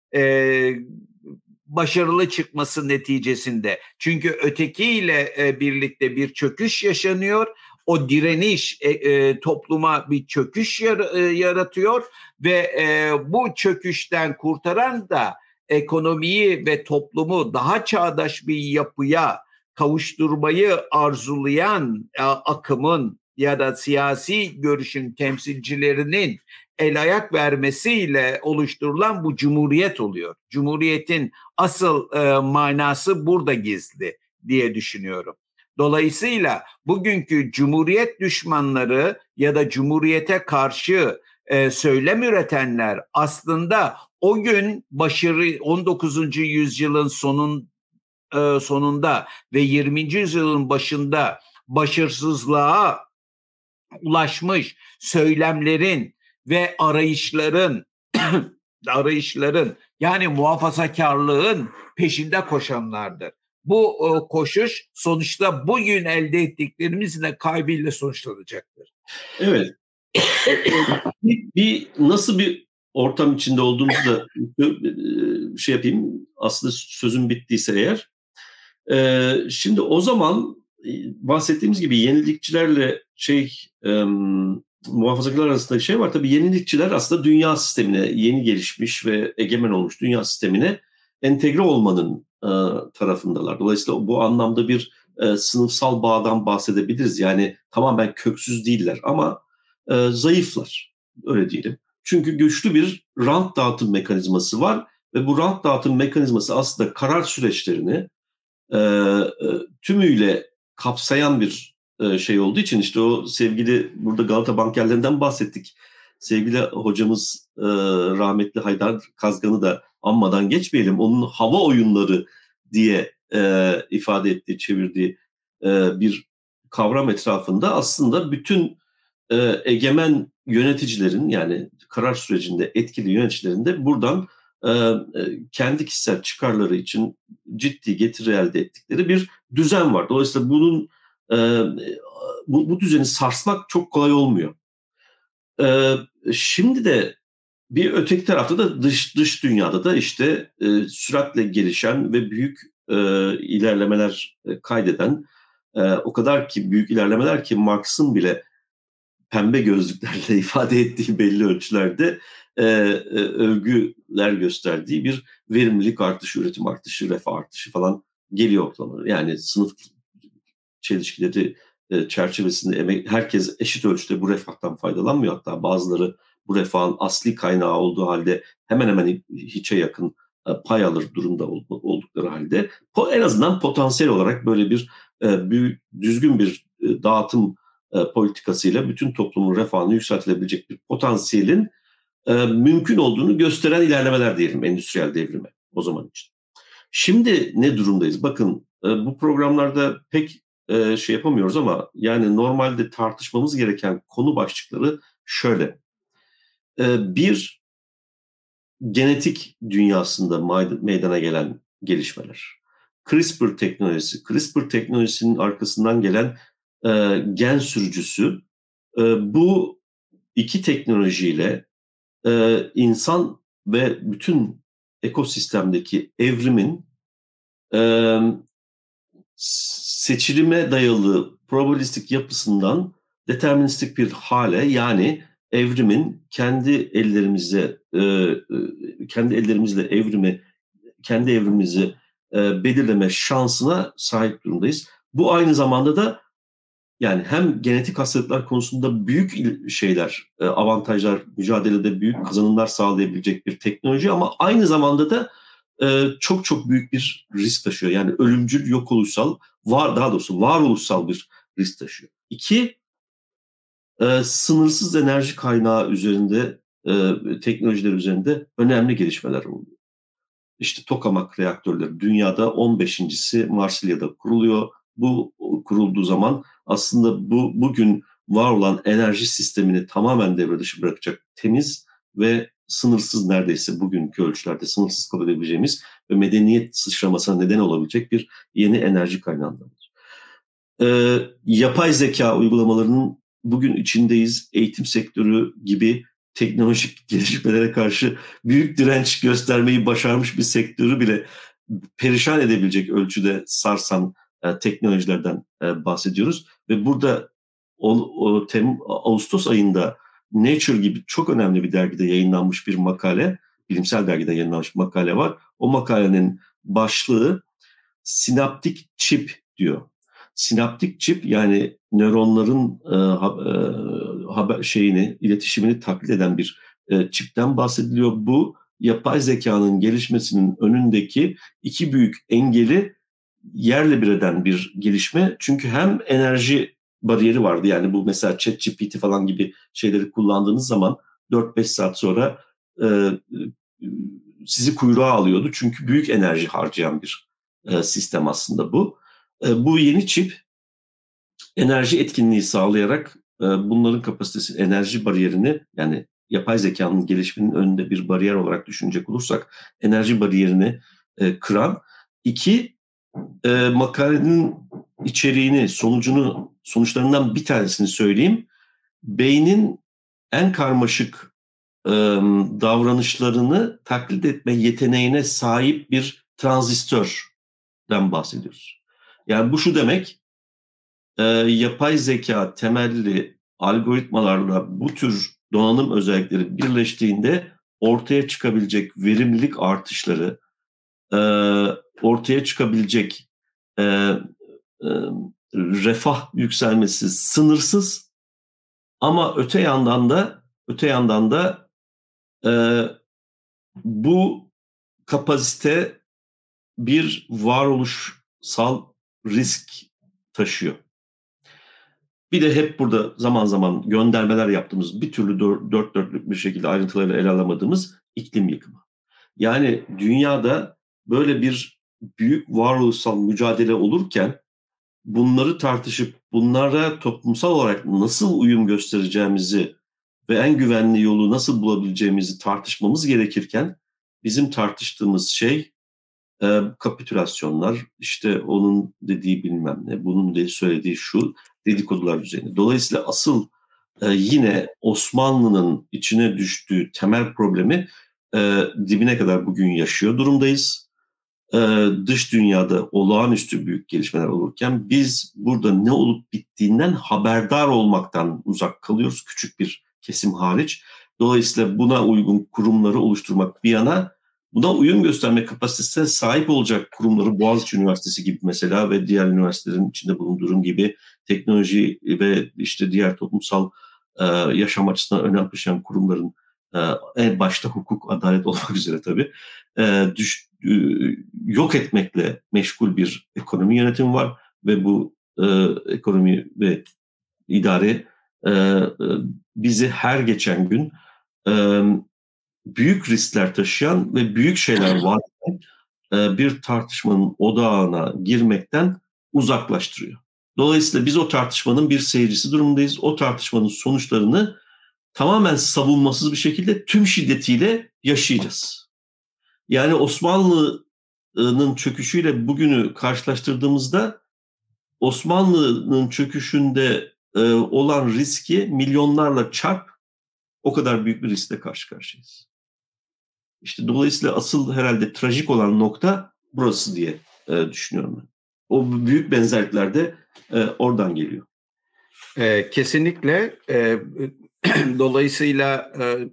Speaker 2: başarılı çıkması neticesinde. Çünkü ötekiyle birlikte bir çöküş yaşanıyor. O direniş topluma bir çöküş yaratıyor ve bu çöküşten kurtaran da ekonomiyi ve toplumu daha çağdaş bir yapıya kavuşturmayı arzulayan akımın ya da siyasi görüşün temsilcilerinin el ayak vermesiyle oluşturulan bu cumhuriyet oluyor. Cumhuriyetin asıl manası burada gizli diye düşünüyorum. Dolayısıyla bugünkü cumhuriyet düşmanları ya da cumhuriyete karşı söylem üretenler aslında o gün 19. yüzyılın sonunda ve 20. yüzyılın başında başarısızlığa ulaşmış söylemlerin ve arayışların yani muhafazakarlığın peşinde koşanlardır. Bu koşuş sonuçta bugün elde ettiklerimizle kaybıyla sonuçlanacaktır.
Speaker 1: Evet. Nasıl bir ortam içinde olduğumuzu da şey yapayım. Aslında sözüm bittiyse eğer. Şimdi o zaman bahsettiğimiz gibi yenilikçilerle muhafazakarlar arasında bir şey var. Tabii yenilikçiler aslında dünya sistemine, yeni gelişmiş ve egemen olmuş dünya sistemine entegre olmanın tarafındalar. Dolayısıyla bu anlamda bir sınıfsal bağdan bahsedebiliriz. Yani tamamen köksüz değiller ama zayıflar, öyle diyelim. Çünkü güçlü bir rant dağıtım mekanizması var ve bu rant dağıtım mekanizması aslında karar süreçlerini tümüyle kapsayan bir şey olduğu için işte o sevgili burada Galata bankerlerinden bahsettik. Sevgili hocamız rahmetli Haydar Kazgan'ı da anmadan geçmeyelim. Onun hava oyunları diye ifade ettiği, çevirdiği bir kavram etrafında aslında bütün egemen yöneticilerin yani karar sürecinde etkili yöneticilerin de buradan kendi kişisel çıkarları için ciddi getiri elde ettikleri bir düzen var. Dolayısıyla bunun bu düzeni sarsmak çok kolay olmuyor. Şimdi de bir öteki tarafta da dış dünyada da işte süratle gelişen ve büyük ilerlemeler kaydeden o kadar ki büyük ilerlemeler ki Marx'ın bile pembe gözlüklerle ifade ettiği belli ölçülerde övgüler gösterdiği bir verimlilik artışı, üretim artışı, refah artışı falan geliyor ortalama. Yani sınıf çelişkileri çerçevesinde herkes eşit ölçüde bu refahtan faydalanmıyor. Hatta bazıları bu refahın asli kaynağı olduğu halde hemen hemen hiçe yakın pay alır durumda oldukları halde en azından potansiyel olarak böyle bir düzgün bir dağıtım politikasıyla bütün toplumun refahını yükseltilebilecek bir potansiyelin mümkün olduğunu gösteren ilerlemeler diyelim endüstriyel devrime o zaman için. Şimdi ne durumdayız? Bakın bu programlarda pek şey yapamıyoruz ama yani normalde tartışmamız gereken konu başlıkları şöyle. Bir, genetik dünyasında meydana gelen gelişmeler. CRISPR teknolojisinin arkasından gelen gen sürücüsü. Bu iki teknolojiyle insan ve bütün ekosistemdeki evrimin seçilime dayalı probabilistik yapısından deterministik bir hale yani evrimin kendi ellerimizle evrimi kendi evrimizi belirleme şansına sahip durumdayız. Bu aynı zamanda da yani hem genetik hastalıklar konusunda büyük şeyler, avantajlar, mücadelede büyük kazanımlar sağlayabilecek bir teknoloji ama aynı zamanda da çok çok büyük bir risk taşıyor. Yani ölümcül, yok oluşsal, varoluşsal bir risk taşıyor. İki, sınırsız enerji kaynağı üzerinde, teknolojiler üzerinde önemli gelişmeler oluyor. İşte tokamak reaktörleri dünyada 15.'si Marsilya'da kuruluyor. Bu kurulduğu zaman aslında bugün var olan enerji sistemini tamamen devre dışı bırakacak temiz ve sınırsız neredeyse bugünkü ölçülerde sınırsız kabul edebileceğimiz ve medeniyet sıçramasına neden olabilecek bir yeni enerji kaynağındadır. Yapay zeka uygulamalarının bugün içindeyiz. Eğitim sektörü gibi teknolojik gelişmelere karşı büyük direnç göstermeyi başarmış bir sektörü bile perişan edebilecek ölçüde sarsan teknolojilerden bahsediyoruz. Ve burada Ağustos ayında Nature gibi çok önemli bir dergide yayınlanmış bir makale bilimsel dergide yayınlanmış bir makale var. O makalenin başlığı sinaptik çip diyor. Sinaptik çip yani nöronların iletişimini taklit eden bir çipten bahsediliyor. Bu yapay zekanın gelişmesinin önündeki iki büyük engeli yerle bir eden bir gelişme. Çünkü hem enerji bariyeri vardı. Yani bu mesela ChatGPT falan gibi şeyleri kullandığınız zaman 4-5 saat sonra sizi kuyruğa alıyordu. Çünkü büyük enerji harcayan bir sistem aslında bu. Bu yeni çip enerji etkinliği sağlayarak bunların kapasitesi, enerji bariyerini, yani yapay zekanın gelişiminin önünde bir bariyer olarak düşünecek olursak enerji bariyerini kıran, iki makalenin içeriğini, sonuçlarından bir tanesini söyleyeyim. Beynin en karmaşık davranışlarını taklit etme yeteneğine sahip bir transistörden bahsediyoruz. Yani bu şu demek, yapay zeka temelli algoritmalarla bu tür donanım özellikleri birleştiğinde ortaya çıkabilecek verimlilik artışları, ortaya çıkabilecek refah yükselmesi sınırsız, ama öte yandan da bu kapasite bir varoluşsal risk taşıyor. Bir de hep burada zaman zaman göndermeler yaptığımız, bir türlü dört dörtlük bir şekilde ayrıntılarıyla ele alamadığımız iklim yıkımı. Yani dünyada böyle bir büyük varoluşsal mücadele olurken bunları tartışıp bunlara toplumsal olarak nasıl uyum göstereceğimizi ve en güvenli yolu nasıl bulabileceğimizi tartışmamız gerekirken bizim tartıştığımız şey kapitülasyonlar, işte onun dediği bilmem ne, bunun söylediği şu dedikodular düzeyinde. Dolayısıyla asıl yine Osmanlı'nın içine düştüğü temel problemi dibine kadar bugün yaşıyor durumdayız. Dış dünyada olağanüstü büyük gelişmeler olurken biz burada ne olup bittiğinden haberdar olmaktan uzak kalıyoruz, küçük bir kesim hariç. Dolayısıyla buna uygun kurumları oluşturmak bir yana, buna uyum gösterme kapasitesine sahip olacak kurumları, Boğaziçi Üniversitesi gibi mesela ve diğer üniversitelerin içinde bulunduğum gibi teknoloji ve işte diğer toplumsal yaşam açısından önem taşıyan kurumların, en başta hukuk, adalet olmak üzere tabii, yok etmekle meşgul bir ekonomi yönetimi var ve bu ekonomi ve idare bizi her geçen gün büyük riskler taşıyan ve büyük şeyler vaat eden bir tartışmanın odağına girmekten uzaklaştırıyor. Dolayısıyla biz o tartışmanın bir seyircisi durumundayız. O tartışmanın sonuçlarını tamamen savunmasız bir şekilde tüm şiddetiyle yaşayacağız. Yani Osmanlı'nın çöküşüyle bugünü karşılaştırdığımızda Osmanlı'nın çöküşünde olan riski milyonlarla çarp, o kadar büyük bir riskle karşı karşıyayız. İşte dolayısıyla asıl herhalde trajik olan nokta burası diye düşünüyorum ben. O büyük benzerlikler de oradan geliyor.
Speaker 2: Kesinlikle. Dolayısıyla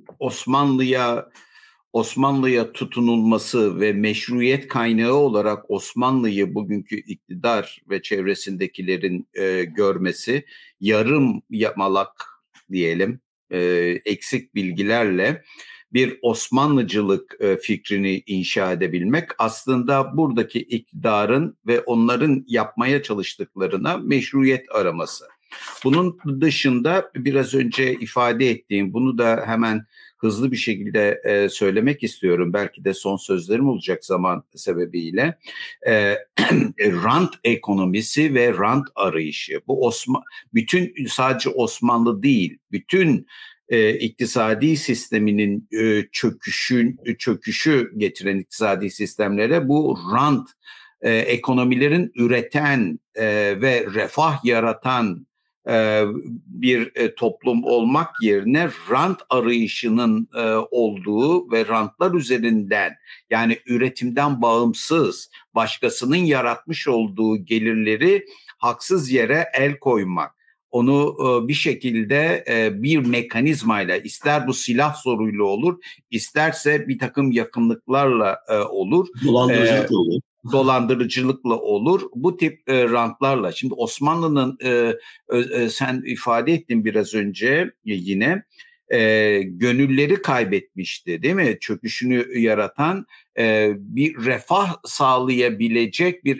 Speaker 2: Osmanlı'ya tutunulması ve meşruiyet kaynağı olarak Osmanlı'yı bugünkü iktidar ve çevresindekilerin görmesi, yarım yamalak diyelim, eksik bilgilerle bir Osmanlıcılık fikrini inşa edebilmek aslında buradaki iktidarın ve onların yapmaya çalıştıklarına meşruiyet araması. Bunun dışında biraz önce ifade ettiğim, bunu da hemen hızlı bir şekilde söylemek istiyorum. Belki de son sözlerim olacak zaman sebebiyle. Rant ekonomisi ve rant arayışı. Bu bütün sadece Osmanlı değil, bütün iktisadi sisteminin çöküşü getiren iktisadi sistemlere bu rant ekonomilerin üreten ve refah yaratan bir toplum olmak yerine rant arayışının olduğu ve rantlar üzerinden, yani üretimden bağımsız başkasının yaratmış olduğu gelirleri haksız yere el koymak, onu bir şekilde bir mekanizmayla, ister bu silah zoruyla olur, isterse bir takım yakınlıklarla olur.
Speaker 1: Dolandırıcılıkla olur.
Speaker 2: Dolandırıcılıkla olur. Bu tip rantlarla. Şimdi Osmanlı'nın sen ifade ettin biraz önce yine gönülleri kaybetmişti, değil mi? Çöküşünü yaratan bir refah sağlayabilecek bir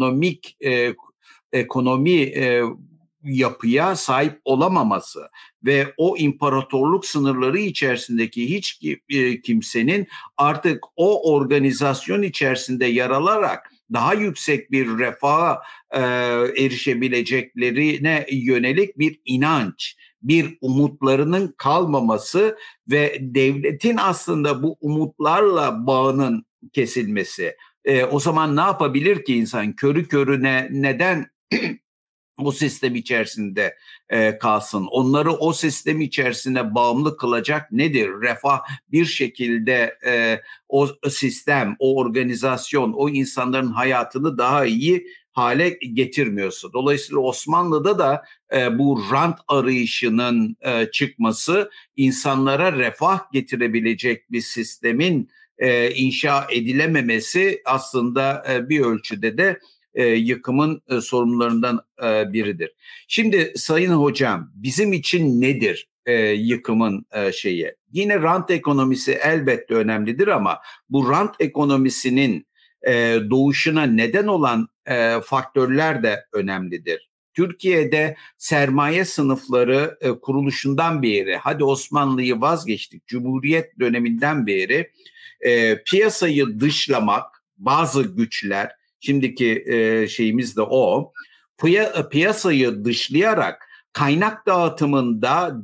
Speaker 2: ekonomi yapıya sahip olamaması ve o imparatorluk sınırları içerisindeki hiç kimsenin artık o organizasyon içerisinde yer alarak daha yüksek bir refaha erişebileceklerine yönelik bir inanç, bir umutlarının kalmaması ve devletin aslında bu umutlarla bağının kesilmesi. O zaman ne yapabilir ki insan? Körü körüne neden o sistem içerisinde kalsın? Onları o sistem içerisine bağımlı kılacak nedir? Refah bir şekilde o sistem, o organizasyon, o insanların hayatını daha iyi hale getirmiyorsa. Dolayısıyla Osmanlı'da da bu rant arayışının çıkması, insanlara refah getirebilecek bir sistemin inşa edilememesi aslında bir ölçüde de yıkımın sorunlarından biridir. Şimdi Sayın Hocam, bizim için nedir yıkımın şeyi? Yine rant ekonomisi elbette önemlidir ama bu rant ekonomisinin doğuşuna neden olan faktörler de önemlidir. Türkiye'de sermaye sınıfları kuruluşundan beri, hadi Osmanlı'yı vazgeçtik, Cumhuriyet döneminden beri piyasayı dışlamak, bazı güçler, şimdiki şeyimiz de o, piyasayı dışlayarak kaynak dağıtımında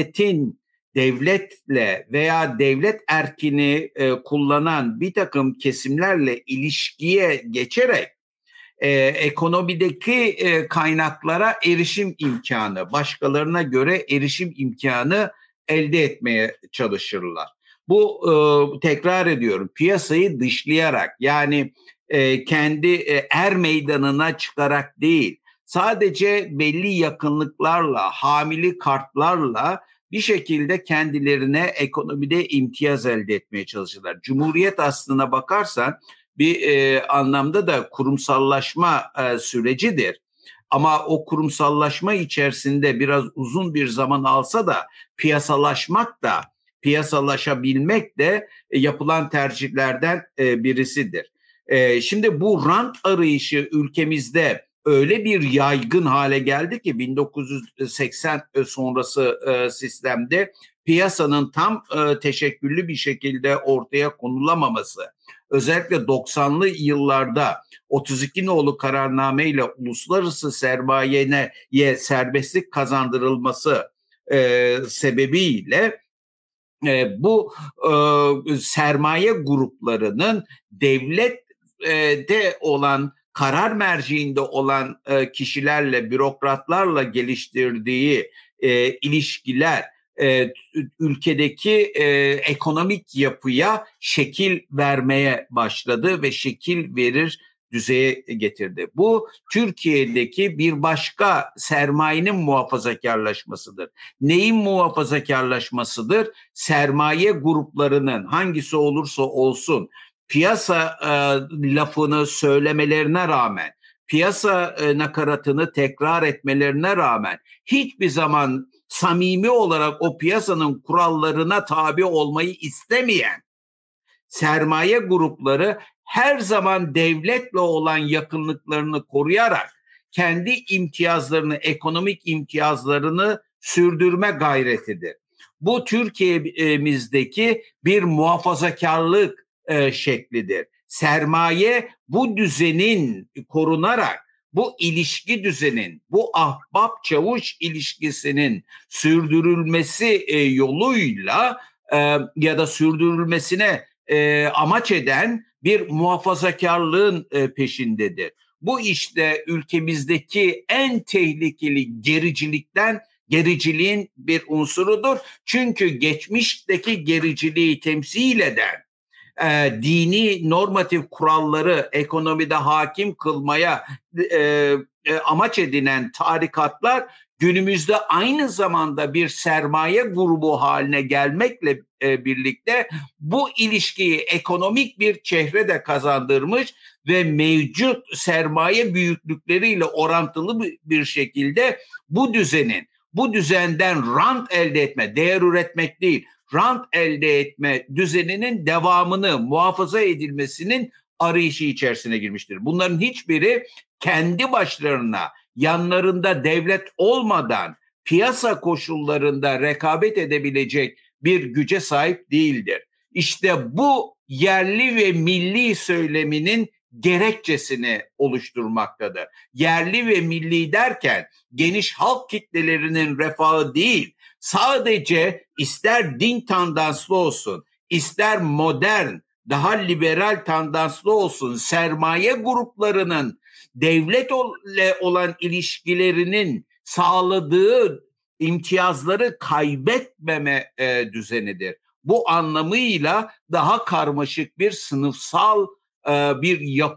Speaker 2: devletle veya devlet erkini kullanan bir takım kesimlerle ilişkiye geçerek ekonomideki kaynaklara erişim imkanı, başkalarına göre erişim imkanı elde etmeye çalışırlar. Bu tekrar ediyorum, piyasayı dışlayarak, yani kendi er meydanına çıkarak değil, sadece belli yakınlıklarla, hamili kartlarla bir şekilde kendilerine ekonomide imtiyaz elde etmeye çalışırlar. Cumhuriyet aslına bakarsan bir anlamda da kurumsallaşma sürecidir. Ama o kurumsallaşma içerisinde biraz uzun bir zaman alsa da piyasalaşabilmek de yapılan tercihlerden birisidir. Şimdi bu rant arayışı ülkemizde öyle bir yaygın hale geldi ki 1980 sonrası sistemde piyasanın tam teşekküllü bir şekilde ortaya konulamaması, özellikle 90'lı yıllarda 32 nolu kararname ile uluslararası sermayeye serbestlik kazandırılması sebebiyle bu sermaye gruplarının devlette olan, karar merciinde olan kişilerle, bürokratlarla geliştirdiği ilişkiler ülkedeki ekonomik yapıya şekil vermeye başladı ve şekil verir düzeye getirdi. Bu Türkiye'deki bir başka sermayenin muhafazakarlaşmasıdır. Neyin muhafazakarlaşmasıdır? Sermaye gruplarının hangisi olursa olsun piyasa lafını söylemelerine rağmen, piyasa nakaratını tekrar etmelerine rağmen hiçbir zaman samimi olarak o piyasanın kurallarına tabi olmayı istemeyen sermaye grupları her zaman devletle olan yakınlıklarını koruyarak kendi imtiyazlarını, ekonomik imtiyazlarını sürdürme gayretidir. Bu Türkiye'mizdeki bir muhafazakarlık şeklidir. Sermaye bu düzenin korunarak, bu ilişki düzenin, bu ahbap çavuş ilişkisinin sürdürülmesi yoluyla ya da sürdürülmesine amaç eden bir muhafazakarlığın peşindedir. Bu işte ülkemizdeki en tehlikeli gericiliğin bir unsurudur. Çünkü geçmişteki gericiliği temsil eden dini normatif kuralları ekonomide hakim kılmaya amaç edinen tarikatlar günümüzde aynı zamanda bir sermaye grubu haline gelmekle birlikte bu ilişkiyi ekonomik bir çehre de kazandırmış ve mevcut sermaye büyüklükleriyle orantılı bir şekilde bu düzenden rant elde etme, değer üretmek değil, rant elde etme düzeninin devamını muhafaza edilmesinin arayışı içerisine girmiştir. Bunların hiçbiri kendi başlarına, yanlarında devlet olmadan piyasa koşullarında rekabet edebilecek bir güce sahip değildir. İşte bu yerli ve milli söyleminin gerekçesini oluşturmaktadır. Yerli ve milli derken geniş halk kitlelerinin refahı değil, sadece ister din tandanslı olsun, ister modern, daha liberal tandanslı olsun, sermaye gruplarının devletle olan ilişkilerinin sağladığı imtiyazları kaybetmeme düzenidir. Bu anlamıyla daha karmaşık bir sınıfsal bir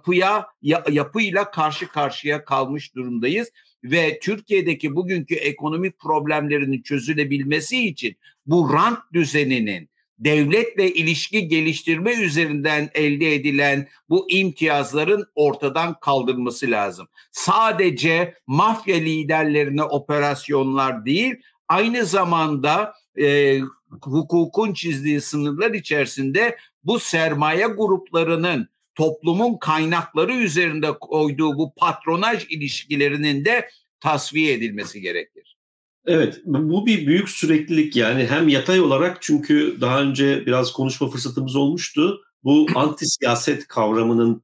Speaker 2: yapıyla karşı karşıya kalmış durumdayız ve Türkiye'deki bugünkü ekonomik problemlerinin çözülebilmesi için bu rant düzeninin devletle ilişki geliştirme üzerinden elde edilen bu imtiyazların ortadan kaldırılması lazım. Sadece mafya liderlerine operasyonlar değil, aynı zamanda hukukun çizdiği sınırlar içerisinde bu sermaye gruplarının toplumun kaynakları üzerinde koyduğu bu patronaj ilişkilerinin de tasfiye edilmesi gerekir.
Speaker 1: Evet, bu bir büyük süreklilik, yani hem yatay olarak, çünkü daha önce biraz konuşma fırsatımız olmuştu. Bu anti siyaset kavramının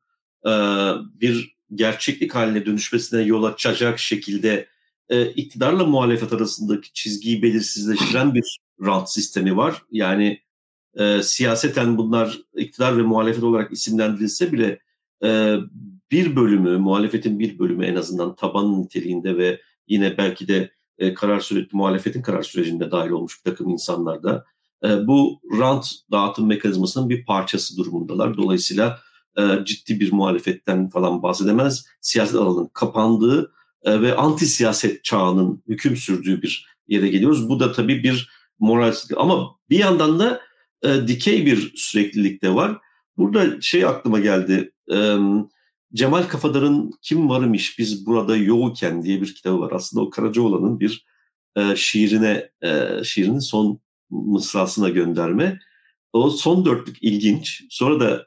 Speaker 1: bir gerçeklik haline dönüşmesine yol açacak şekilde iktidarla muhalefet arasındaki çizgiyi belirsizleştiren bir rant sistemi var. Yani siyaseten bunlar iktidar ve muhalefet olarak isimlendirilse bile bir bölümü, muhalefetin bir bölümü en azından taban niteliğinde ve yine belki de muhalefetin karar sürecinde dahil olmuş bir takım insanlar da bu rant dağıtım mekanizmasının bir parçası durumundalar. Dolayısıyla ciddi bir muhalefetten falan bahsedemez. Siyaset alanının kapandığı ve anti siyaset çağının hüküm sürdüğü bir yere geliyoruz. Bu da tabii bir moralsizlik, ama bir yandan da dikey bir süreklilik de var. Burada aklıma geldi. Cemal Kafadar'ın "Kim varmış biz burada yoğuken" diye bir kitabı var. Aslında o Karacaoğlan'ın bir şiirinin son mısrasına gönderme. O son dörtlük ilginç. Sonra da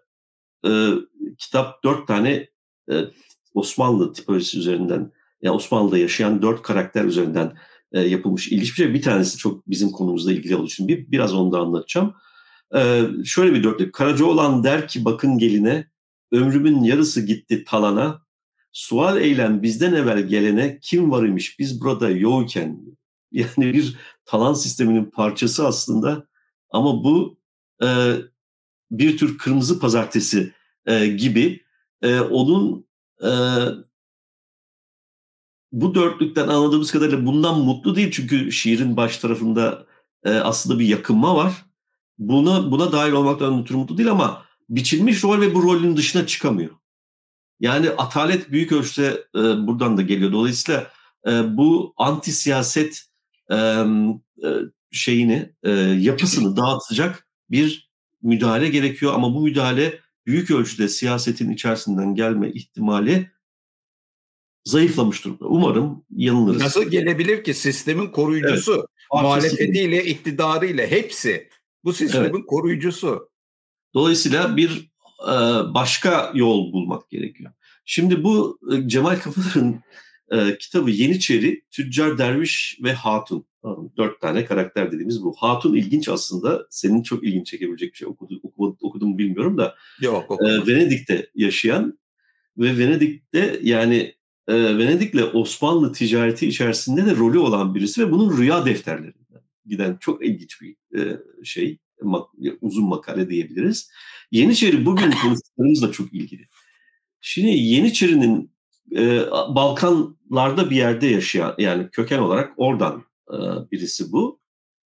Speaker 1: kitap 4 tane Osmanlı tipolojisi üzerinden, yani Osmanlı'da yaşayan 4 karakter üzerinden yapılmış ilginç bir şey. Bir tanesi çok bizim konumuzla ilgili olduğu için biraz onu da anlatacağım. Şöyle bir dörtlük. Karacaoğlan der ki bakın geline, ömrümün yarısı gitti talana, sual eylem bizden evvel gelene, kim varmış biz burada yoğuken. Yani bir talan sisteminin parçası aslında, ama bu bir tür kırmızı pazartesi gibi onun bu dörtlükten anladığımız kadarıyla bundan mutlu değil, çünkü şiirin baş tarafında aslında bir yakınma var. Buna dahil olmaktan ötürü mutlu değil, ama biçilmiş rol ve bu rolün dışına çıkamıyor. Yani atalet büyük ölçüde buradan da geliyor. Dolayısıyla bu anti siyaset yapısını dağıtacak bir müdahale gerekiyor, ama bu müdahale büyük ölçüde siyasetin içerisinden gelme ihtimali zayıflamış durumda. Umarım yanılırız.
Speaker 2: Nasıl gelebilir ki? Sistemin koruyucusu. Evet, muhalefetiyle, iktidarıyla hepsi bu sistemin koruyucusu.
Speaker 1: Dolayısıyla bir başka yol bulmak gerekiyor. Şimdi bu Cemal Kafadar'ın kitabı Yeniçeri, Tüccar, Derviş ve Hatun. 4 tane karakter dediğimiz bu. Hatun ilginç aslında. Senin çok ilginç çekebilecek bir şey. Okudum bilmiyorum da.
Speaker 2: Yok, okumadım.
Speaker 1: Venedik'te yaşayan ve Venedik'te, yani Venedik'le Osmanlı ticareti içerisinde de rolü olan birisi ve bunun rüya defterlerinden giden çok ilginç bir uzun makale diyebiliriz. Yeniçeri bugün konuştuklarımızla çok ilgili. Şimdi Yeniçeri'nin Balkanlarda bir yerde yaşayan, yani köken olarak oradan birisi bu.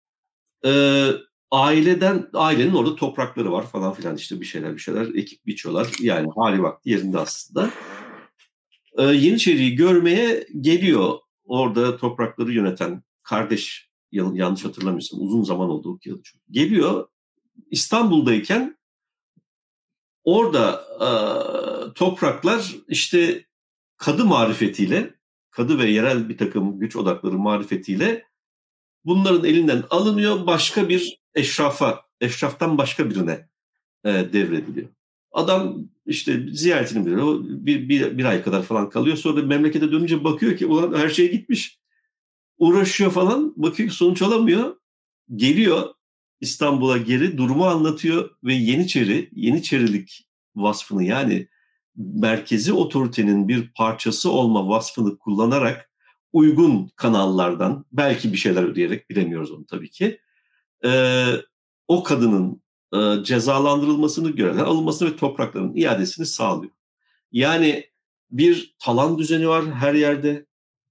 Speaker 1: Ailenin orada toprakları var falan filan, işte bir şeyler ekip biçiyorlar. Yani hali vakti yerinde aslında. Yeniçeri'yi görmeye geliyor orada toprakları yöneten kardeş, yanlış hatırlamıyorsam uzun zaman oldu o yıl. Geliyor İstanbul'dayken orada topraklar işte kadı ve yerel bir takım güç odakları marifetiyle bunların elinden alınıyor, başka bir eşraftan başka birine devrediliyor. Adam işte ziyaretini biliyor, bir ay kadar falan kalıyor. Sonra memlekete dönünce bakıyor ki ulan her şey gitmiş. Uğraşıyor falan, bakıyor ki sonuç alamıyor. Geliyor İstanbul'a geri, durumu anlatıyor ve Yeniçerilik vasfını, yani merkezi otoritenin bir parçası olma vasfını kullanarak uygun kanallardan, belki bir şeyler ödeyerek, bilemiyoruz onu tabii ki, o kadının cezalandırılmasını, görevden alınmasını ve toprakların iadesini sağlıyor. Yani bir talan düzeni var her yerde.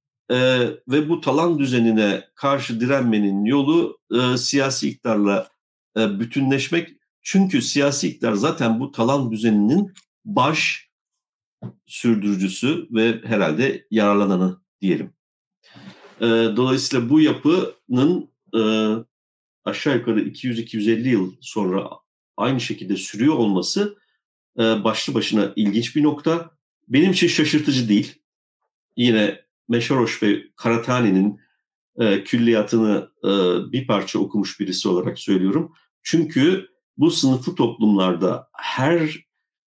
Speaker 1: Ve bu talan düzenine karşı direnmenin yolu siyasi iktidarla bütünleşmek. Çünkü siyasi iktidar zaten bu talan düzeninin baş sürdürücüsü ve herhalde yararlananı diyelim. Dolayısıyla bu yapının aşağı yukarı 200-250 yıl sonra aynı şekilde sürüyor olması başlı başına ilginç bir nokta. Benim için şaşırtıcı değil. Yine Meşaroş ve Karatani'nin külliyatını bir parça okumuş birisi olarak söylüyorum. Çünkü bu sınıflı toplumlarda her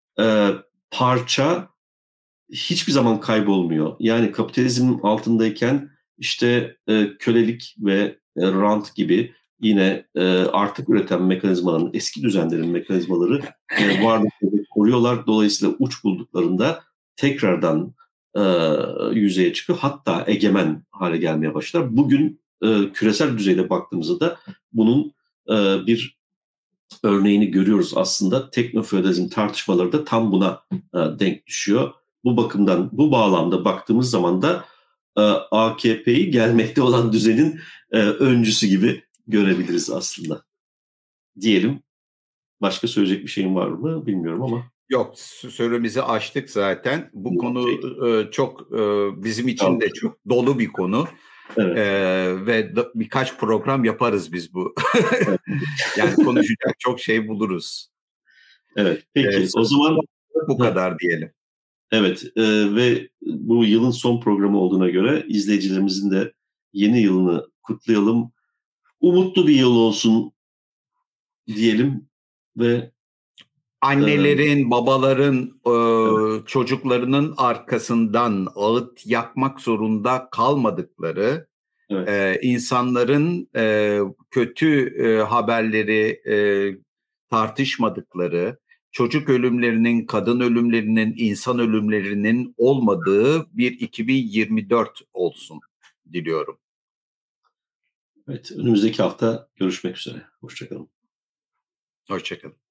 Speaker 1: parça hiçbir zaman kaybolmuyor. Yani kapitalizmin altındayken işte kölelik ve rant gibi yine artık üreten mekanizmaların, eski düzenlerin mekanizmaları varlıkları koruyorlar. Dolayısıyla uç bulduklarında tekrardan yüzeye çıkıyor. Hatta egemen hale gelmeye başlar. Bugün küresel düzeyde baktığımızda da bunun bir örneğini görüyoruz aslında. Teknofeodalizm tartışmaları da tam buna denk düşüyor. Bu bakımdan, bu bağlamda baktığımız zaman da AKP'yi gelmekte olan düzenin öncüsü gibi görebiliriz aslında. Diyelim. Başka söyleyecek bir şeyim var mı bilmiyorum ama.
Speaker 2: Yok, süremizi açtık zaten. Bu konu çok bizim için de çok dolu bir konu.
Speaker 1: Evet.
Speaker 2: Ve birkaç program yaparız biz bu. Yani konuşacak çok şey buluruz.
Speaker 1: Evet, peki. O zaman
Speaker 2: bu kadar diyelim.
Speaker 1: Evet, ve bu yılın son programı olduğuna göre izleyicilerimizin de yeni yılını kutlayalım. Umutlu bir yıl olsun diyelim ve
Speaker 2: annelerin, babaların çocuklarının arkasından ağıt yakmak zorunda kalmadıkları, insanların kötü haberleri tartışmadıkları, çocuk ölümlerinin, kadın ölümlerinin, insan ölümlerinin olmadığı bir 2024 olsun diliyorum.
Speaker 1: Evet, önümüzdeki hafta görüşmek üzere. Hoşça kalın.
Speaker 2: Hoşça kalın.